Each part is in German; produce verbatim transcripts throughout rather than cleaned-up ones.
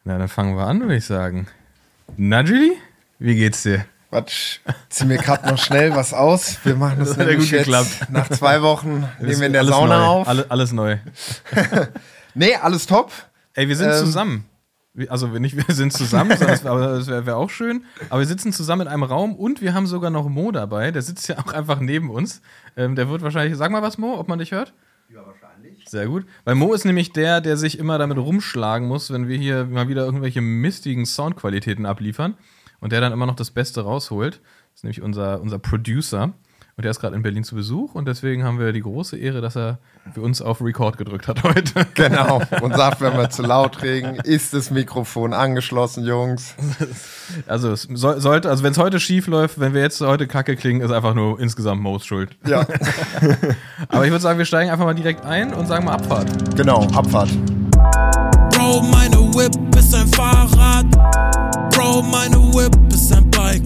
Na, dann fangen wir an, würde ich sagen. Na, Julie, wie geht's dir? Quatsch, zieh mir gerade noch schnell was aus. Wir machen das, Das hat ja nämlich gut jetzt geklappt. nach zwei Wochen, nehmen wir in der Alles Sauna neu. auf. Alle, alles neu. Nee, alles top. Ey, wir sind Ähm, zusammen. Wir- Also nicht wir sind zusammen, sondern das wär- das wäre wär auch schön. Aber wir sitzen zusammen in einem Raum und wir haben sogar noch Mo dabei. Der sitzt ja auch einfach neben uns. Ähm, der wird wahrscheinlich, sag mal was, Mo, ob man dich hört? Ja, wahrscheinlich. Sehr gut. Weil Mo ist nämlich der, der sich immer damit rumschlagen muss, wenn wir hier mal wieder irgendwelche mistigen Soundqualitäten abliefern. Und der dann immer noch das Beste rausholt. Das ist nämlich unser, unser Producer. Und der ist gerade in Berlin zu Besuch. Und deswegen haben wir die große Ehre, dass er für uns auf Record gedrückt hat heute. Genau. Und sagt, wenn wir zu laut reden, ist das Mikrofon angeschlossen, Jungs. Also es soll, sollte, also wenn es heute schief läuft, wenn wir jetzt heute kacke klingen, ist einfach nur insgesamt Mo's Schuld. Ja, Aber ich würde sagen, wir steigen einfach mal direkt ein und sagen mal Abfahrt. genau. Abfahrt. Bro, meine Whip ist ein Fahrrad. Bro, meine Whip ist ein Bike.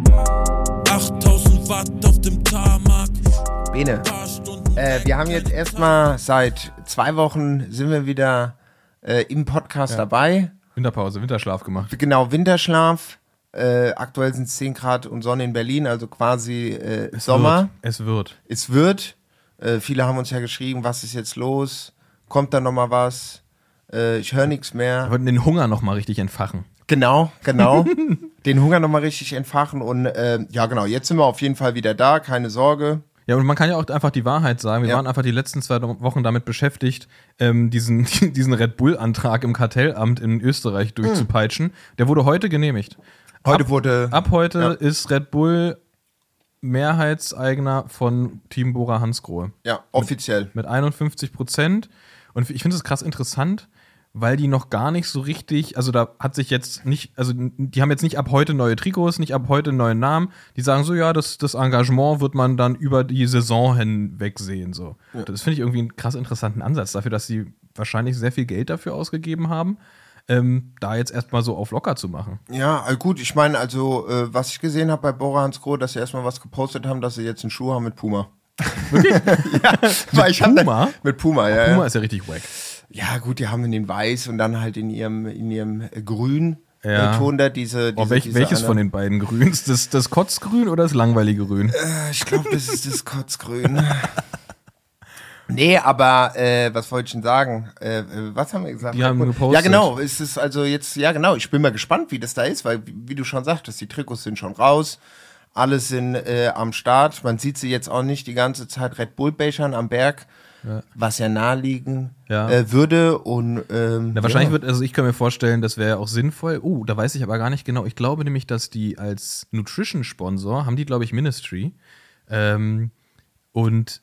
achttausend Watt auf dem Tarmac. Bene, Paar Stunden äh, wir haben jetzt erstmal seit zwei Wochen sind wir wieder äh, im Podcast Ja. dabei. Winterpause, Winterschlaf gemacht. Genau, Winterschlaf. Äh, aktuell sind es zehn Grad und Sonne in Berlin, also quasi äh, Sommer. Wird. Es wird. Es wird. Äh, viele haben uns ja geschrieben, was ist jetzt los? Kommt da nochmal was? Äh, ich höre nichts Wir mehr. wollten den Hunger nochmal richtig entfachen. Genau, genau. Den Hunger nochmal richtig entfachen. Und äh, ja, genau, jetzt sind wir auf jeden Fall wieder da, keine Sorge. Ja, und man kann ja auch einfach die Wahrheit sagen. Wir Ja. waren einfach die letzten zwei Wochen damit beschäftigt, ähm, diesen, diesen Red Bull-Antrag im Kartellamt in Österreich durchzupeitschen. Der wurde heute genehmigt. Heute ab, wurde. Ab heute Ja. ist Red Bull Mehrheitseigner von Team Bora Hansgrohe. Ja, offiziell. Mit einundfünfzig Prozent. Und ich finde es krass interessant, weil die noch gar nicht so richtig, also da hat sich jetzt nicht, also die haben jetzt nicht ab heute neue Trikots, nicht ab heute neuen Namen. Die sagen so, ja, das, das Engagement wird man dann über die Saison hinweg sehen. So. Ja. Das finde ich irgendwie einen krass interessanten Ansatz dafür, dass sie wahrscheinlich sehr viel Geld dafür ausgegeben haben, ähm, da jetzt erstmal so auf locker zu machen. Ja, äh, gut, ich meine, also, äh, was ich gesehen habe bei Bora Hansgrohe, dass sie erstmal was gepostet haben, dass sie jetzt einen Schuh haben mit Puma. Wirklich? Ja, weil ich hab da- Puma? Mit Puma, ja. Puma ja. ist ja richtig wack. Ja, gut, die haben in den Weiß und dann halt in ihrem, in ihrem äh, Grün Ja. äh, Ton da diese. diese Oh, welch, diese welches eine- von den beiden Grüns? Das, das Kotzgrün oder das langweilige Grün? Äh, Ich glaube, das ist das Kotzgrün. Nee, aber äh, was wollte ich denn sagen? Äh, äh, was haben wir gesagt? Die haben gepostet. Ja, genau. Es ist also jetzt, ja genau, ich bin mal gespannt, wie das da ist, weil, wie, wie du schon sagtest, die Trikots sind schon raus, alle sind äh, am Start. Man sieht sie jetzt auch nicht die ganze Zeit Red Bull-Bechern am Berg, Ja. was ja naheliegen Ja. äh, würde. Und ähm, Na, wahrscheinlich ja. wird, also ich kann mir vorstellen, das wäre auch sinnvoll. Oh, da weiß ich aber gar nicht genau. Ich glaube nämlich, dass die als Nutrition-Sponsor haben die, glaube ich, Ministry. Ähm, und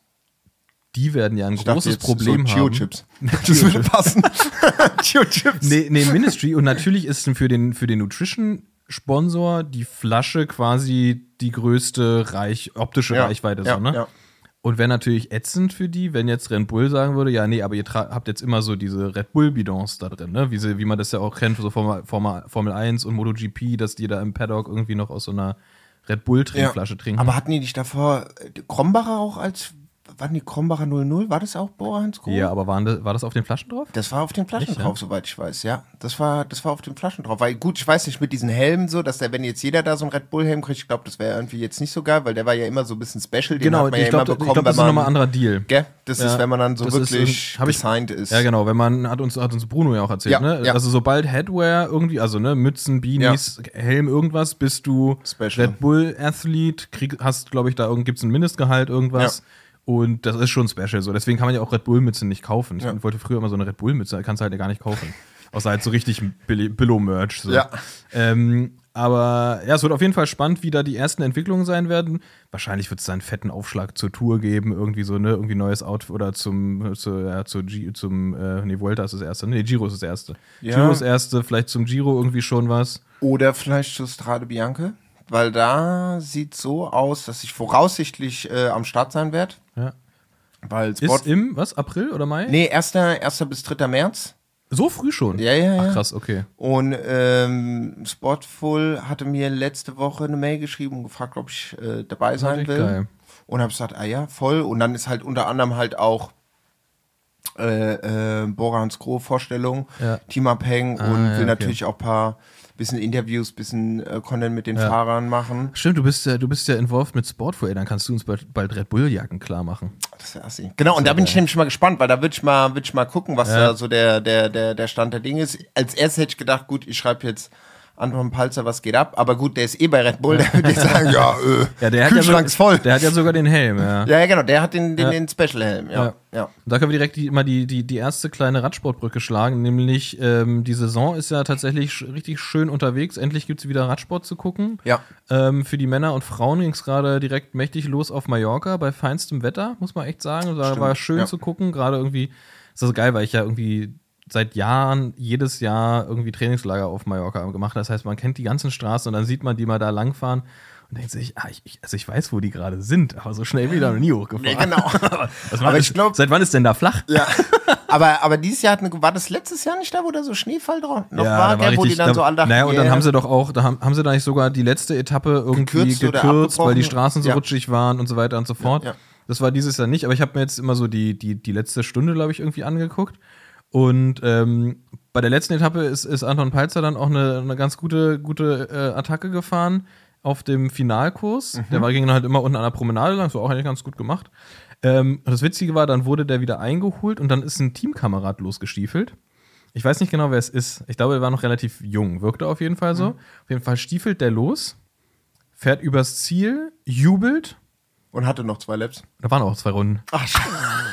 die werden ja ein Ich dachte großes jetzt Problem so haben. Chio-Chips. Das würde passen. Chio-Chips. Nee, nee, Ministry. Und natürlich ist für den, für den Nutrition-Sponsor die Flasche quasi die größte Reich, optische Ja, Reichweite. ja, so, ne? ja. Und wäre natürlich ätzend für die, wenn jetzt Red Bull sagen würde, ja, nee, aber ihr tra- habt jetzt immer so diese Red Bull-Bidons da drin, ne? Wie, sie, wie man das ja auch kennt, so Formel, Formel, Formel eins und MotoGP, dass die da im Paddock irgendwie noch aus so einer Red Bull-Trinkflasche trinken. Aber hatten die nicht davor äh, Krombacher auch als, waren die Krombacher null null? War das auch Bora Hansgrohe? ja, aber waren das, war das auf den Flaschen drauf? Das war auf den Flaschen Echt, ja? drauf, soweit ich weiß, ja. Das war, das war auf den Flaschen drauf. Weil gut, ich weiß nicht, mit diesen Helmen so, dass der, wenn jetzt jeder da so einen Red Bull-Helm kriegt, ich glaube, das wäre irgendwie jetzt nicht so geil, weil der war ja immer so ein bisschen special. Den Genau, hat man ich ja glaube, immer ich bekommen, glaub, das ist wenn nochmal man, ein anderer Deal. gell? Das Ja, ist, wenn man dann so das ist, wirklich ähm, hab ich- gesigned ist. Ja, genau, wenn man, hat uns, hat uns Bruno ja auch erzählt, Ja, ne? ja. Also sobald Headwear irgendwie, also ne, Mützen, Beanies, Helm, irgendwas, bist du Special. Red Bull-Athlet, krieg, hast, glaube ich, da gibt es ein Mindestgehalt, irgendwas. Und das ist schon special so. Deswegen kann man ja auch Red Bull-Mützen nicht kaufen. Ich Ja. wollte früher immer so eine Red Bull-Mütze, kannst du halt ja gar nicht kaufen. Außer halt so richtig Billi- Billo-Merch. So. Ja. Ähm, aber ja, es wird auf jeden Fall spannend, wie da die ersten Entwicklungen sein werden. Wahrscheinlich wird es da einen fetten Aufschlag zur Tour geben, irgendwie so, ne, irgendwie neues Outfit oder zum, zu, ja, zu G, zum, äh, nee, Vuelta ist das erste, nee, Giro ist das erste. Ja. Giro ist das erste, vielleicht zum Giro irgendwie schon was. Oder vielleicht zu Strade Bianche, weil da sieht so aus, dass ich voraussichtlich äh, am Start sein werde. Ja. Weil Sport. Ist im, was, April oder Mai? Nee, erster erster bis dritter März. So früh schon? Ja, ja, ja. Ach krass, okay. Und ähm, Sportful hatte mir letzte Woche eine Mail geschrieben und gefragt, ob ich äh, dabei sein Natürlich will. geil. Und habe gesagt, ah ja, voll. Und dann ist halt unter anderem halt auch äh, äh, Borans Groh-Vorstellung, Ja. teamabhängig Ah, und ja, will okay. natürlich auch ein paar bisschen Interviews, bisschen äh, Content mit den Ja. Fahrern machen. Stimmt, du bist ja, du bist ja involved mit Sportfuel, dann kannst du uns bald, bald Red Bull-Jacken klar machen. Das wäre assi. Genau, und da bin ich nämlich mal gespannt, weil da würde ich mal, würd ich mal gucken, was Ja. da so der, der, der, der Stand der Dinge ist. Als erstes hätte ich gedacht, gut, ich schreibe jetzt Anton Palzer, was geht ab? Aber gut, der ist eh bei Red Bull, der würde ich sagen, ja, äh, Ja, der hat ja, Kühlschrank so, ist voll. der hat ja sogar den Helm, ja. Ja, ja, genau, der hat den, den, Ja. den Special-Helm, ja. Ja. ja. Und da können wir direkt die, mal die, die, die erste kleine Radsportbrücke schlagen, nämlich ähm, die Saison ist ja tatsächlich sch richtig schön unterwegs. Endlich gibt es wieder Radsport zu gucken. Ja. Ähm, für die Männer und Frauen ging es gerade direkt mächtig los auf Mallorca bei feinstem Wetter, muss man echt sagen. Da Stimmt, war schön ja. zu gucken. Gerade irgendwie, ist das so geil, weil ich ja irgendwie seit Jahren jedes Jahr irgendwie Trainingslager auf Mallorca gemacht habe. Das heißt, man kennt die ganzen Straßen und dann sieht man die mal da langfahren und denkt sich, ah, ich, ich, also ich weiß, wo die gerade sind, aber so schnell bin ich da noch nie hochgefahren. Nee, genau. Was Aber macht ich das- glaub- seit wann ist denn da flach? Ja. aber, aber dieses Jahr hat eine, war das letztes Jahr nicht da, wo da so Schneefall drauf noch Ja, war, da war gell, wo die richtig- dann da- so alle dachten, Naja, und dann yeah. haben sie doch auch, da haben, haben sie da nicht sogar die letzte Etappe irgendwie Gekürzt gekürzt, oder weil abgebrochen? die Straßen so Ja. rutschig waren und so weiter und so fort. Ja, ja. Das war dieses Jahr nicht, aber ich habe mir jetzt immer so die, die, die letzte Stunde, glaube ich, irgendwie angeguckt. Und ähm, bei der letzten Etappe ist, ist Anton Palzer dann auch eine, eine ganz gute, gute äh, Attacke gefahren auf dem Finalkurs. Mhm. Der war ging dann halt immer unten an der Promenade lang, so auch eigentlich ganz gut gemacht. Ähm, und das Witzige war, dann wurde der wieder eingeholt und dann ist ein Teamkamerad losgestiefelt. Ich weiß nicht genau, wer es ist. Ich glaube, er war noch relativ jung, wirkte auf jeden Fall so. Mhm. Auf jeden Fall stiefelt der los, fährt übers Ziel, jubelt. Und hatte noch zwei Laps. Da waren auch zwei Runden. Ach, scheiße.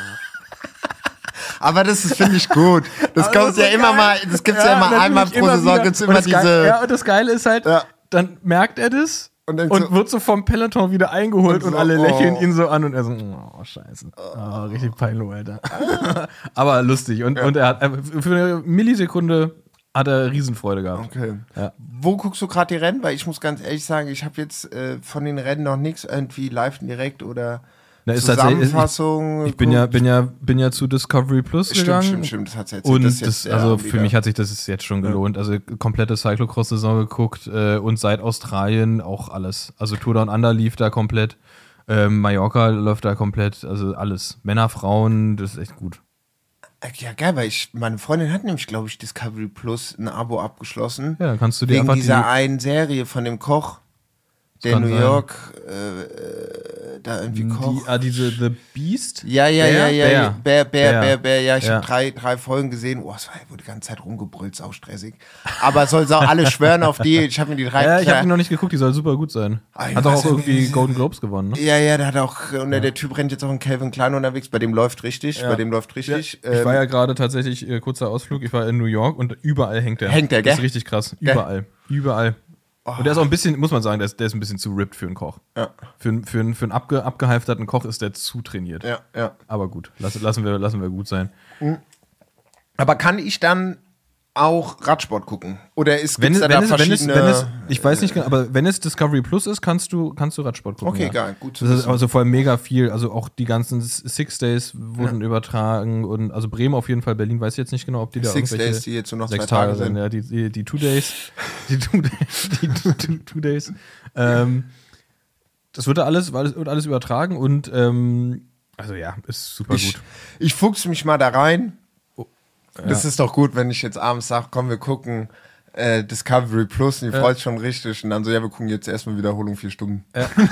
Aber das ist, finde ich, gut. Das Aber kommt das ja ist so immer geil. mal, das gibt's ja, Ja, immer natürlich einmal pro immer Saison, wieder. gibt's Und immer das Geile- diese. Ja, und das Geile ist halt, Ja. dann merkt er das Und und, denkt so- wird so vom Peloton wieder eingeholt und, Und so, alle oh. lächeln ihn so an und er so, oh, scheiße. Oh, richtig peinlich, Alter. Aber lustig. Und, und er hat äh, für eine Millisekunde hat er Riesenfreude gehabt. Okay. Ja. Wo guckst du gerade die Rennen? Weil ich muss ganz ehrlich sagen, ich habe jetzt äh, von den Rennen noch nichts irgendwie live und direkt oder Na, ist tatsächlich- Zusammenfassung. Ich, ich bin ja, bin ja, bin ja zu Discovery Plus Stimmt, gegangen. stimmt, stimmt, das hat's ja erzählt. Und Das ist das, jetzt, ja, also wieder- für mich hat sich das ist jetzt schon gelohnt. Also komplette Cyclocross-Saison geguckt äh, und seit Australien auch alles. Also Tour Down Under lief da komplett, ähm, Mallorca läuft da komplett, also alles. Männer, Frauen, das ist echt gut. Ja, geil, weil ich, meine Freundin hat nämlich, glaube ich, Discovery Plus ein Abo abgeschlossen. Ja, dann kannst du dir Wegen einfach dieser die, einen Serie von dem Koch, der in kann New sein. York äh, äh, da irgendwie Koch. die, ah, diese The Beast? Ja, ja, Bär? ja, ja, ja. Bär, Bär, Bär. Bär, Bär, ja. Ich Ja. habe drei, drei Folgen gesehen. Oh, es war, wurde die ganze Zeit rumgebrüllt, sau stressig. Aber soll auch alle schwören auf die. Ich habe mir die drei. Ja, ich habe ihn noch nicht geguckt, die soll super gut sein. Ah, ich Hat doch weiß auch ja irgendwie nicht. Golden Globes gewonnen, ne? Ja, ja, der hat auch, und der, der Typ rennt jetzt auch in Calvin Klein unterwegs, bei dem läuft richtig, Ja. bei dem läuft richtig. Ich war ja gerade tatsächlich, äh, kurzer Ausflug, ich war in New York und überall hängt der. Hängt der, Das ist gell? richtig krass. Gell? Überall. Überall. Und der ist auch ein bisschen, muss man sagen, der ist, der ist ein bisschen zu ripped für einen Koch. Ja. Für, einen- für, einen- für einen abge, abgehalfterten Koch ist der zu trainiert. ja, ja. Aber gut, lass, lassen, wir, lassen wir gut sein. Aber kann ich dann auch Radsport gucken? Oder ist Wenn gibt's es, da wenn, da es, wenn, es, verschiedene... wenn es, ich weiß nicht genau, aber wenn es Discovery Plus ist, kannst du, kannst du Radsport gucken. Okay, ja. geil, gut zu Das ist wissen. also vor allem mega viel, also auch die ganzen Six Days wurden übertragen und also Bremen auf jeden Fall, Berlin weiß ich jetzt nicht genau, ob die da Six irgendwelche Days, die jetzt nur noch sechs zwei Tage Tage sind, sind. ja, die, die, die Two Days, die Two, die two, two, two Days. Ähm, das wird da alles, wird alles übertragen und ähm, also ja, ist super Ich, gut. ich fuchs mich mal da rein. Das Ja. ist doch gut, wenn ich jetzt abends sage, komm, wir gucken äh, Discovery Plus und die Ja. freut sich schon richtig. Und dann so, ja, wir gucken jetzt erstmal Wiederholung vier Stunden.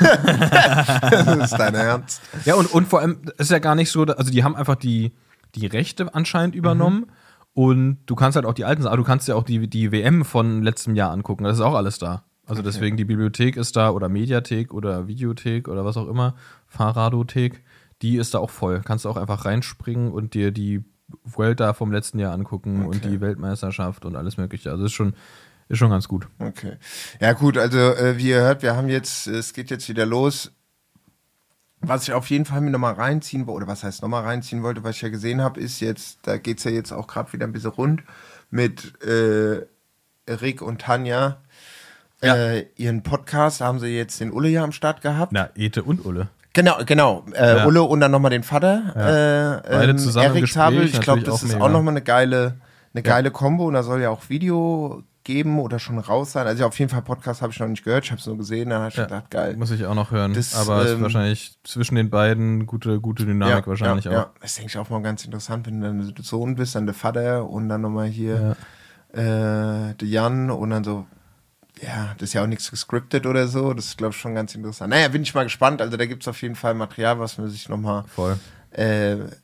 das ist dein Ernst. Ja, und, und vor allem ist ja gar nicht so, also die haben einfach die, die Rechte anscheinend übernommen und du kannst halt auch die alten, aber du kannst ja auch die, die W M von letztem Jahr angucken, das ist auch alles da. Also deswegen die Bibliothek ist da oder Mediathek oder Videothek oder was auch immer, Fahrradothek, die ist da auch voll. Kannst du auch einfach reinspringen und dir die Vuelta vom letzten Jahr angucken und Okay. die Weltmeisterschaft und alles mögliche. Also ist schon, ist schon ganz gut. Okay. Ja, gut, also äh, wie ihr hört, wir haben jetzt, es geht jetzt wieder los. Was ich auf jeden Fall mir nochmal reinziehen wollte, oder was heißt nochmal reinziehen wollte, was ich ja gesehen habe, ist jetzt, da geht es ja jetzt auch gerade wieder ein bisschen rund mit äh, Rick und Tanja. Ja. Äh, ihren Podcast, da haben sie jetzt den Ulle ja am Start gehabt. Na, Ete und Ulle. Genau, genau. Äh, Ja. Ulle und dann nochmal den Vater. Ja. Äh, Beide ähm, zusammen im Erik Gespräch, Zabel. Ich glaube, natürlich das auch ist mega. auch nochmal eine geile, eine Ja. geile Kombo. Und da soll ja auch Video geben oder schon raus sein. Also auf jeden Fall Podcast habe ich noch nicht gehört, ich habe es nur gesehen, dann habe ich Ja, gedacht, geil. Muss ich auch noch hören. Das, aber es ähm, ist wahrscheinlich zwischen den beiden gute, gute Dynamik wahrscheinlich ja, auch. Ja. Das denke ich auch mal ganz interessant, wenn du dann der Sohn bist, dann der Vater und dann nochmal hier ja. äh, der Jan und dann so, ja, das ist ja auch nichts gescriptet oder so, das ist, glaube ich, schon ganz interessant. Naja, bin ich mal gespannt, also da gibt es auf jeden Fall Material, was man sich nochmal äh, äh,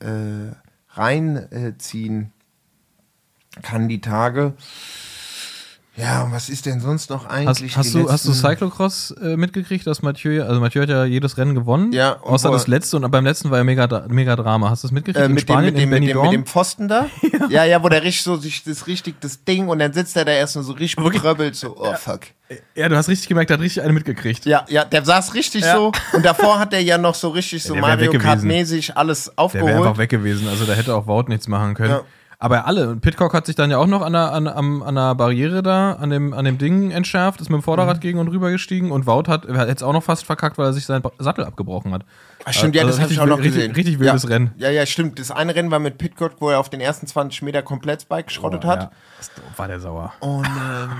reinziehen kann die Tage. Ja, und was ist denn sonst noch eigentlich? Hast, hast, du, hast du Cyclocross äh, mitgekriegt, dass Mathieu, also Mathieu hat ja jedes Rennen gewonnen, ja, außer das letzte und beim letzten war ja mega, mega Drama. Hast du das mitgekriegt? Äh, in mit, Spanien, dem, mit, dem, in mit, dem, mit dem Pfosten da? ja. ja, ja, wo der richtig so sich das richtig das Ding und dann sitzt er da erst nur so richtig betröppelt, so, oh fuck. Ja, du hast richtig gemerkt, der hat richtig eine mitgekriegt. Ja, ja, der saß richtig ja. so und davor hat er ja noch so richtig so ja, Mario Kart-mäßig alles aufgeholt. Der wäre einfach weg gewesen, also da hätte auch Wout nichts machen können. Ja. Aber alle, und Pidcock hat sich dann ja auch noch an der, an, an, an der Barriere da, an dem, an dem Ding entschärft, ist mit dem Vorderrad mhm. gegen und rüber gestiegen und Wout hat jetzt auch noch fast verkackt, weil er sich seinen Sattel abgebrochen hat. Ach, stimmt, ja, also das habe ich auch noch gesehen. Richtig, richtig wildes ja. Rennen. Ja, ja, stimmt. Das eine Rennen war mit Pidcock, wo er auf den ersten zwanzig Meter komplett das Bike geschrottet oh, hat. Ja. Das war der sauer. Und, ähm,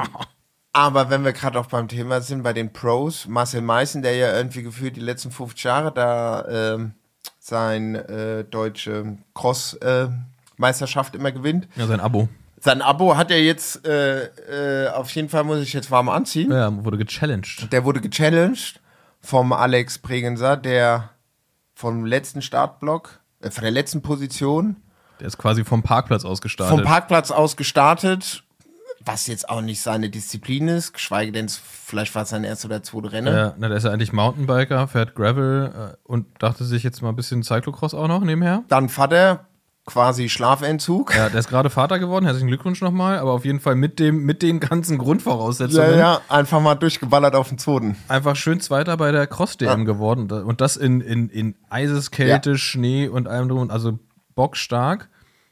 aber wenn wir gerade auch beim Thema sind, bei den Pros, Marcel Meissen, der ja irgendwie gefühlt die letzten fünfzig Jahre da ähm, sein äh, deutsche Cross äh, Meisterschaft immer gewinnt. Ja, sein Abo. Sein Abo hat er jetzt, äh, äh, auf jeden Fall muss ich jetzt warm anziehen. Ja, wurde gechallenged. Der wurde gechallenged vom Alex Bregenzer, der vom letzten Startblock, äh, von der letzten Position. Der ist quasi vom Parkplatz aus gestartet. Vom Parkplatz aus gestartet, was jetzt auch nicht seine Disziplin ist, geschweige denn, vielleicht war es sein erstes oder zweites Rennen. Ja, na, der ist ja eigentlich Mountainbiker, fährt Gravel äh, und dachte sich jetzt mal ein bisschen Cyclocross auch noch nebenher. Dann Vater, quasi Schlafentzug. Ja, der ist gerade Vater geworden, herzlichen Glückwunsch nochmal, aber auf jeden Fall mit dem mit den ganzen Grundvoraussetzungen. Ja, ja, einfach mal durchgeballert auf den Zoden. Einfach schön Zweiter bei der Cross-D M ja. geworden und das in, in, in Eiseskälte, ja. Schnee und allem drum, also bockstark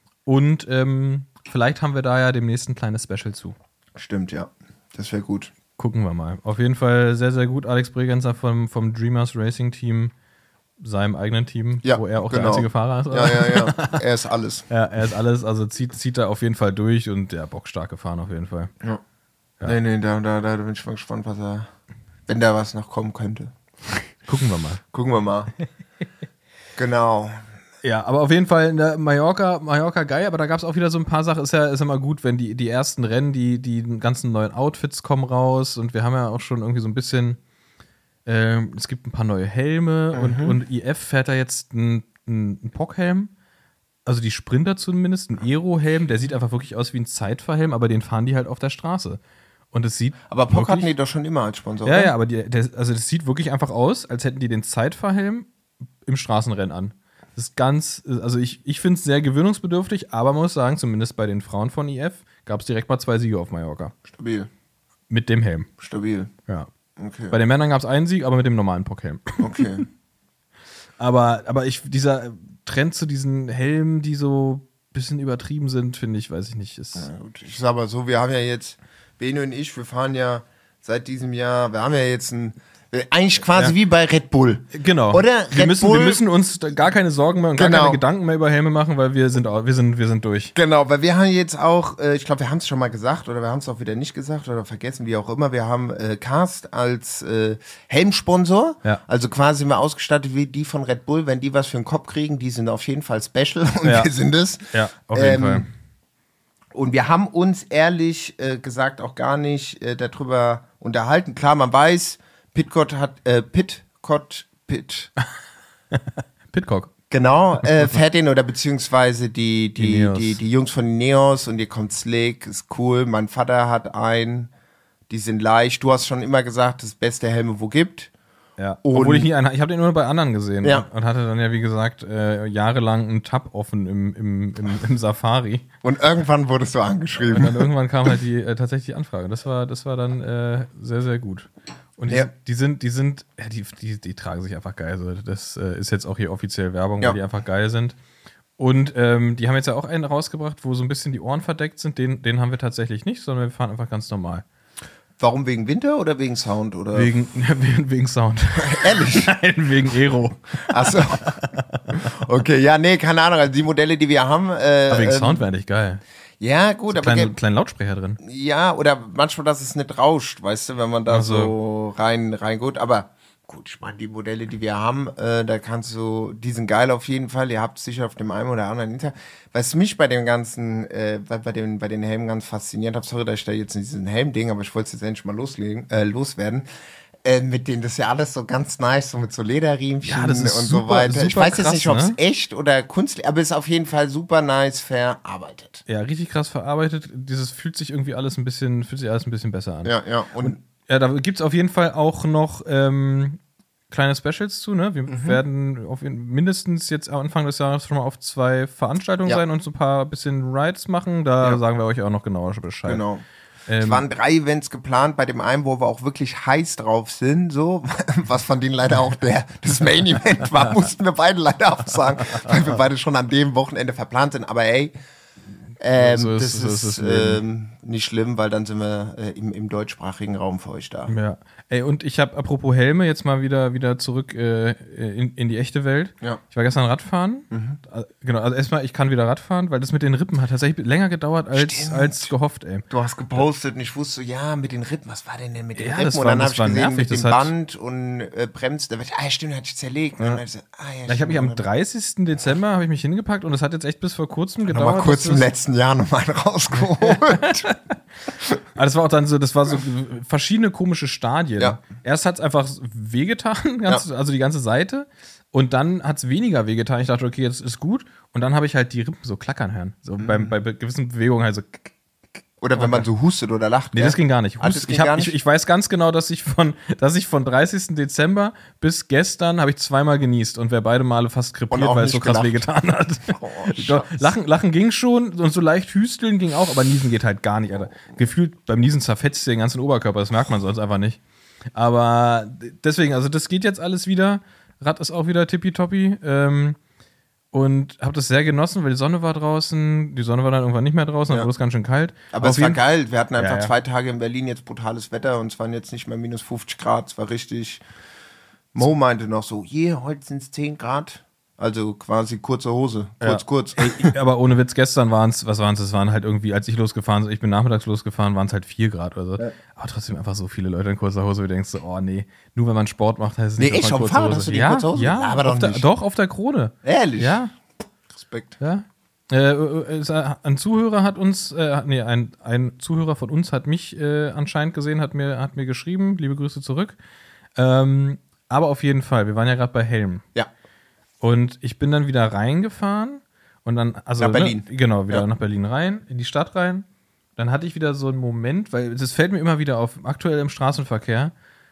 und ähm, vielleicht haben wir da ja demnächst ein kleines Special zu. Stimmt, ja, das wäre gut. Gucken wir mal. Auf jeden Fall sehr, sehr gut, Alex Bregenzer vom, vom Dreamers Racing Team, seinem eigenen Team, ja, wo er auch genau. der einzige Fahrer ist. Oder? Ja, ja, ja. Er ist alles. Ja, er ist alles, also zieht, zieht er auf jeden Fall durch und der bockstark gefahren auf jeden Fall. Ja. ja. Nee, nee, da, da, da bin ich mal gespannt, was er, wenn da was noch kommen könnte. Gucken wir mal. Gucken wir mal. Genau. Ja, aber auf jeden Fall in der Mallorca, Mallorca geil, aber da gab es auch wieder so ein paar Sachen. Ist ja ist immer gut, wenn die, die ersten Rennen, die, die ganzen neuen Outfits kommen raus und wir haben ja auch schon irgendwie so ein bisschen. Ähm, es gibt ein paar neue Helme mhm. und, und I F fährt da jetzt einen ein P O C-Helm. Also die Sprinter zumindest, ein Aero-Helm, der sieht einfach wirklich aus wie ein Zeitfahrhelm, aber den fahren die halt auf der Straße. Und es sieht. Aber P O C hatten die doch schon immer als Sponsor. Ja, oder? ja, aber die, der, also das sieht wirklich einfach aus, als hätten die den Zeitfahrhelm im Straßenrennen an. Das ist ganz, also ich, ich finde es sehr gewöhnungsbedürftig, aber man muss sagen, zumindest bei den Frauen von I F gab es direkt mal zwei Siege auf Mallorca. Stabil. Mit dem Helm. Stabil. Ja. Okay. Bei den Männern gab es einen Sieg, aber mit dem normalen P O C-Helm. Okay. aber aber ich, dieser Trend zu diesen Helmen, die so ein bisschen übertrieben sind, finde ich, weiß ich nicht. Ist ja, gut. Ich sag mal so, wir haben ja jetzt, Bene und ich, wir fahren ja seit diesem Jahr, wir haben ja jetzt ein, eigentlich quasi ja. wie bei Red Bull. Genau. Oder wir Red müssen, Bull. Wir müssen uns gar keine Sorgen mehr und genau. gar keine Gedanken mehr über Helme machen, weil wir sind, wir sind, wir sind durch. Genau, weil wir haben jetzt auch, äh, ich glaube, wir haben es schon mal gesagt oder wir haben es auch wieder nicht gesagt oder vergessen, wie auch immer. Wir haben äh, Cast als äh, Helmsponsor. Ja. Also quasi mal ausgestattet wie die von Red Bull. Wenn die was für den Kopf kriegen, die sind auf jeden Fall special und ja. wir sind es. Ja, auf jeden ähm, Fall. Und wir haben uns ehrlich äh, gesagt auch gar nicht äh, darüber unterhalten. Klar, man weiß, Pitcock hat, äh, Pitcock, Pit. Pitcock. Genau, äh, fährt den oder beziehungsweise die, die, die, die, die Jungs von Neos und hier kommt Slick, ist cool. Mein Vater hat einen, die sind leicht. Du hast schon immer gesagt, das beste Helme, wo gibt. Ja, und obwohl ich nie einen, ich habe den nur bei anderen gesehen ja. und hatte dann ja, wie gesagt, äh, jahrelang einen Tab offen im, im, im, im Safari. Und irgendwann wurdest du angeschrieben. Und dann irgendwann kam halt die, äh, tatsächlich die Anfrage. Das war, das war dann äh, sehr, sehr gut. Und die, ja. die sind, die sind, ja, die, die, die tragen sich einfach geil. Also das äh, ist jetzt auch hier offiziell Werbung, ja. weil die einfach geil sind. Und ähm, die haben jetzt ja auch einen rausgebracht, wo so ein bisschen die Ohren verdeckt sind. Den, den haben wir tatsächlich nicht, sondern wir fahren einfach ganz normal. Warum? Wegen Winter oder wegen Sound? Oder? Wegen, wegen, wegen Sound. Ehrlich? Nein, wegen Aero. Achso. Okay, ja, nee, keine Ahnung. Also die Modelle, die wir haben. Äh, Aber wegen ähm, Sound wäre eigentlich geil. Ja, gut, so aber kleine, ge- kleinen Lautsprecher drin. ja, oder manchmal, dass es nicht rauscht, weißt du, wenn man da Ach so. so. rein, rein gut, aber gut, ich meine, die Modelle, die wir haben, äh, da kannst du, die sind geil auf jeden Fall, ihr habt es sicher auf dem einen oder anderen Inter. Was mich bei dem ganzen, äh, bei, bei, den, bei den Helmen ganz faszinierend hat, sorry, dass ich da jetzt in diesem Helm-Ding, aber ich wollte es jetzt endlich mal loslegen, äh, loswerden. Äh, mit denen, das ist ja alles so ganz nice, so mit so Lederriemchen Ja, das ist und super- so weiter. Ich super weiß jetzt krass, nicht, ob es ne? echt oder Kunst, aber es ist auf jeden Fall super nice verarbeitet. Ja, richtig krass verarbeitet. Dieses fühlt sich irgendwie alles ein bisschen, fühlt sich alles ein bisschen besser an. Ja, ja, und Ja, da gibt es auf jeden Fall auch noch ähm, kleine Specials zu, ne? Wir Mhm. werden auf jeden, mindestens jetzt am Anfang des Jahres schon mal auf zwei Veranstaltungen Ja. sein und so ein paar bisschen Rides machen. Da Ja. sagen wir euch auch noch genauer Bescheid. genau. Es Ähm, waren drei Events geplant, bei dem einen, wo wir auch wirklich heiß drauf sind, so, was von denen leider auch der, das Main-Event war, mussten wir beide leider absagen, weil wir beide schon an dem Wochenende verplant sind, aber ey, ähm, So ist- das so ist, ist das Leben. ähm, nicht schlimm, weil dann sind wir äh, im, im deutschsprachigen Raum für euch da. Ja. Ey, und ich habe apropos Helme jetzt mal wieder, wieder zurück äh, in, in die echte Welt. Ja. Ich war gestern Radfahren. Äh, Genau, also erstmal, ich kann wieder Radfahren, weil das mit den Rippen hat tatsächlich länger gedauert als, Stimmt. als gehofft, ey. Du hast gepostet und ich wusste, so, ja, mit den Rippen, was war denn denn mit den Ja, Rippen? das Und war- dann das habe ich war gesehen, nervig, mit das dem hat- Band und äh, bremst, da wird, ah, stimmt, hatte ich zerlegt. Und dann hab ich so, ah, ja, Ich habe mich am stimmt. dreißigsten Dezember habe ich mich hingepackt und es hat jetzt echt bis vor kurzem gedauert. Nochmal kurz dass im das- letzten Jahr nochmal einen rausgeholt. Aber das war auch dann so, das war so verschiedene komische Stadien. Ja. Erst hat es einfach wehgetan, ganz, also die ganze Seite. Und dann hat es weniger wehgetan. Ich dachte, okay, jetzt ist gut. Und dann habe ich halt die Rippen so klackern hören. So Mhm. beim, bei gewissen Bewegungen halt so. Oder wenn man so hustet oder lacht. Nee, gell? das ging gar nicht. Ah, das Hust, ging ich, hab, gar ich, nicht? ich weiß ganz genau, dass ich von, dass ich von dreißigsten Dezember bis gestern habe ich zweimal genießt und wäre beide Male fast krepiert, Und auch weil es so nicht krass gelacht. wehgetan hat. Oh, Doch, Scheiße. Lachen, Lachen ging schon und so leicht hüsteln ging auch, aber Niesen geht halt gar nicht, Alter. Gefühlt beim Niesen zerfetzt dir den ganzen Oberkörper, das merkt man sonst einfach nicht. Aber deswegen, also das geht jetzt alles wieder. Rad ist auch wieder tippitoppi. Ähm, und habe das sehr genossen, weil die Sonne war draußen. Die Sonne war dann irgendwann nicht mehr draußen, dann Ja. wurde es ganz schön kalt. Aber Auf es war jeden- geil. Wir hatten einfach Ja, ja. zwei Tage in Berlin jetzt brutales Wetter und es waren jetzt nicht mehr minus fünfzig Grad. Es war richtig. Mo meinte noch so, je, heute sind es zehn Grad. Also quasi kurze Hose. Kurz, Ja. kurz. Ey, aber ohne Witz, gestern waren es, was waren es? Es waren halt irgendwie, als ich losgefahren bin, ich bin nachmittags losgefahren, waren es halt vier Grad oder so. Aber trotzdem einfach so viele Leute in kurzer Hose, wie du denkst, so, oh nee, nur wenn man Sport macht, heißt es Nee, nicht, dass echt, man auf dem kurze Fahrrad Hose. hast du die ja, kurze Hose? Ja, Ja, aber doch auf der, nicht. doch, auf der Krone. Ehrlich? Ja, Respekt. ja. Äh, äh, es, äh, ein Zuhörer hat uns, äh, nee, ein, ein Zuhörer von uns hat mich äh, anscheinend gesehen, hat mir, hat mir geschrieben, liebe Grüße zurück. Ähm, aber auf jeden Fall, wir waren ja gerade bei Helm. Ja. Und ich bin dann wieder reingefahren und dann, also Nach Berlin. Ne, genau, wieder Ja. nach Berlin rein, in die Stadt rein. Dann hatte ich wieder so einen Moment, weil das fällt mir immer wieder auf, aktuell im Straßenverkehr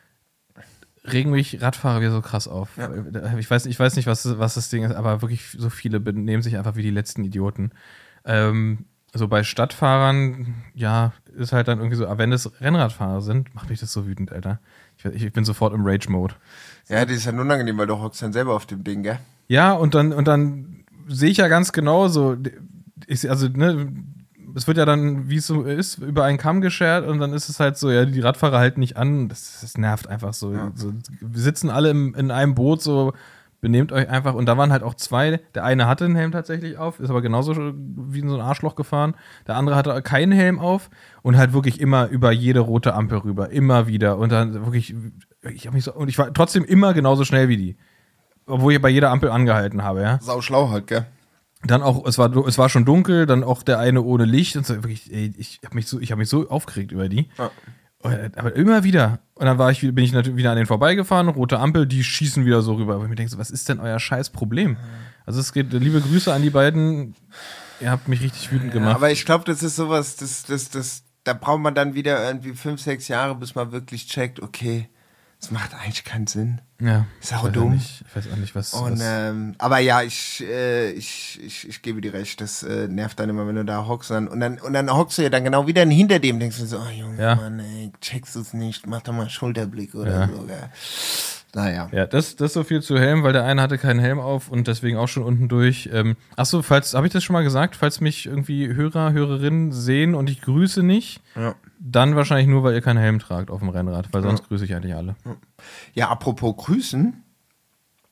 regen mich Radfahrer wieder so krass auf. Ja. Ich weiß, ich weiß nicht, was, was das Ding ist, aber wirklich so viele benehmen sich einfach wie die letzten Idioten. Ähm, so bei Stadtfahrern, ja, ist halt dann irgendwie so, aber wenn es Rennradfahrer sind, macht mich das so wütend, Alter. Ich, ich bin sofort im Rage-Mode. Ja, das ist ja unangenehm, weil du hockst dann selber auf dem Ding, gell? Ja, und dann, und dann sehe ich ja ganz genau so, ich, also, ne, es wird ja dann, wie es so ist, über einen Kamm geschert und dann ist es halt so, ja, die Radfahrer halten nicht an, das, das nervt einfach so. Ja. so. Wir sitzen alle im, in einem Boot, so, benehmt euch einfach. Und da waren halt auch zwei, der eine hatte einen Helm tatsächlich auf, ist aber genauso wie in so ein Arschloch gefahren. Der andere hatte keinen Helm auf und halt wirklich immer über jede rote Ampel rüber, immer wieder. Und dann wirklich, ich habe mich so, und ich war trotzdem immer genauso schnell wie die. Obwohl ich bei jeder Ampel angehalten habe, ja. Sau schlau halt, gell? Dann auch, es war, es war schon dunkel, dann auch der eine ohne Licht und so, wirklich, ey, ich habe mich so, ich habe mich so aufgeregt über die. Ja. Aber immer wieder. Und dann war ich, bin ich natürlich wieder an denen vorbeigefahren, rote Ampel, die schießen wieder so rüber. Aber ich mir denke so, was ist denn euer scheiß Problem? Also es geht, liebe Grüße an die beiden. Ihr habt mich richtig wütend Ja, gemacht. aber ich glaube, das ist sowas, das, das, das, da braucht man dann wieder irgendwie fünf, sechs Jahre, bis man wirklich checkt, okay, das macht eigentlich keinen Sinn. ja, Ist auch ich weiß dumm. Nicht, ich weiß auch nicht, was. Und, was ähm, aber ja, ich, äh, ich, ich, ich gebe dir recht, das äh, nervt dann immer, wenn du da hockst. Und dann, und dann hockst du ja dann genau wieder hinter dem, denkst du so, oh Junge, Ja. Mann, ey, checkst du es nicht, mach doch mal einen Schulterblick oder Ja. so. Gell. Naja. Ja, das, das so viel zu Helm, weil der eine hatte keinen Helm auf und deswegen auch schon unten durch. Ähm, achso, falls, habe ich das schon mal gesagt, falls mich irgendwie Hörer, Hörerinnen sehen und ich grüße nicht, Ja. dann wahrscheinlich nur, weil ihr keinen Helm tragt auf dem Rennrad, weil sonst Ja. grüße ich eigentlich alle. Ja, apropos Grüßen.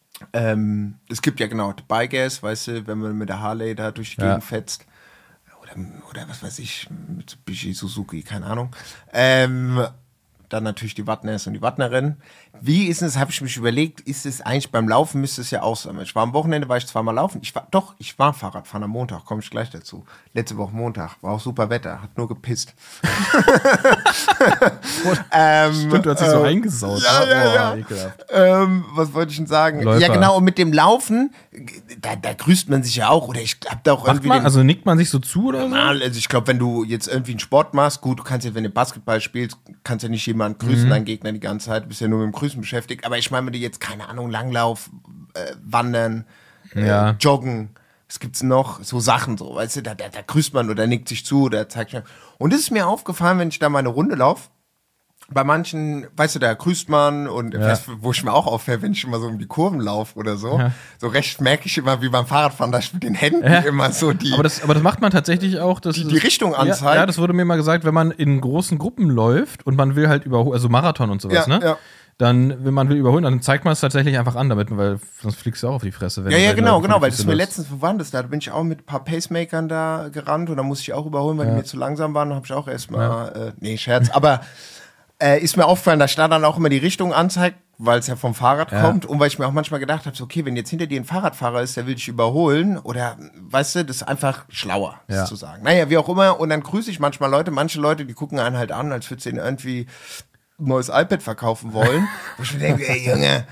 Ähm, es gibt ja genau Biogas, weißt du, wenn man mit der Harley da durch die Ja. Gegend fetzt. Oder ähm, oder was weiß ich, Mitsubishi, Suzuki, keine Ahnung. Ähm, dann natürlich die Wattners und die Wattnerinnen. Wie ist es, habe ich mich überlegt, ist es eigentlich beim Laufen, müsste es ja auch sein. Ich war am Wochenende, war ich zweimal laufen. Ich war, doch, ich war Fahrradfahren am Montag, komme ich gleich dazu. Letzte Woche Montag, war auch super Wetter, hat nur gepisst. ähm, Stimmt, du hast dich äh, so eingesaut. Ja, ja, ja. Ekelhaft. Ähm, was wollte ich denn sagen? Läufer. Ja, genau, und mit dem Laufen, da, da grüßt man sich ja auch, oder ich hab da auch Macht irgendwie man, den, also nickt man sich so zu oder so? Mal, also ich glaube, wenn du jetzt irgendwie einen Sport machst, gut, du kannst ja, wenn du Basketball spielst, kannst ja nicht jemanden grüßen, Mhm. deinen Gegner die ganze Zeit, bist ja nur mit dem Grüßen beschäftigt. Aber ich meine, wenn du jetzt, keine Ahnung, Langlauf, äh, Wandern, äh, Ja. Joggen, was gibt's noch? So Sachen, so, weißt du, da, da, da grüßt man oder nickt sich zu oder zeigt schon. Und es ist mir aufgefallen, wenn ich da mal eine Runde laufe, bei manchen, weißt du, da grüßt man und Ja. weißt, du, wo ich mir auch auffällt, wenn ich immer so um die Kurven laufe oder so, Ja. so recht merke ich immer, wie beim Fahrradfahren, dass ich mit den Händen Ja. immer so die, Aber das, aber das macht man tatsächlich auch. Das, die, die Richtung ja, anzeigt. ja, das wurde mir mal gesagt, wenn man in großen Gruppen läuft und man will halt überholen, also Marathon und sowas, Ja, ne? ja. Dann, wenn man will überholen, dann zeigt man es tatsächlich einfach an damit, weil sonst fliegst du auch auf die Fresse. Wenn Ja, du- ja, wenn du genau, vor die genau, weil Füße das ist mir läufst. letztens verwandt ist. Da bin ich auch mit ein paar Pacemakern da gerannt und da musste ich auch überholen, weil Ja. die mir zu langsam waren. Da habe ich auch erstmal, äh, nee, Scherz, aber äh, ist mir aufgefallen, dass da dann auch immer die Richtung anzeigt, weil es ja vom Fahrrad Ja. kommt und weil ich mir auch manchmal gedacht habe, so, okay, wenn jetzt hinter dir ein Fahrradfahrer ist, der will dich überholen oder, weißt du, das ist einfach schlauer, das Ja. zu sagen. Naja, wie auch immer, und dann grüße ich manchmal Leute, manche Leute, die gucken einen halt an, als würdest du ihnen irgendwie ein neues iPad verkaufen wollen. Wo ich mir denke, ey, Junge,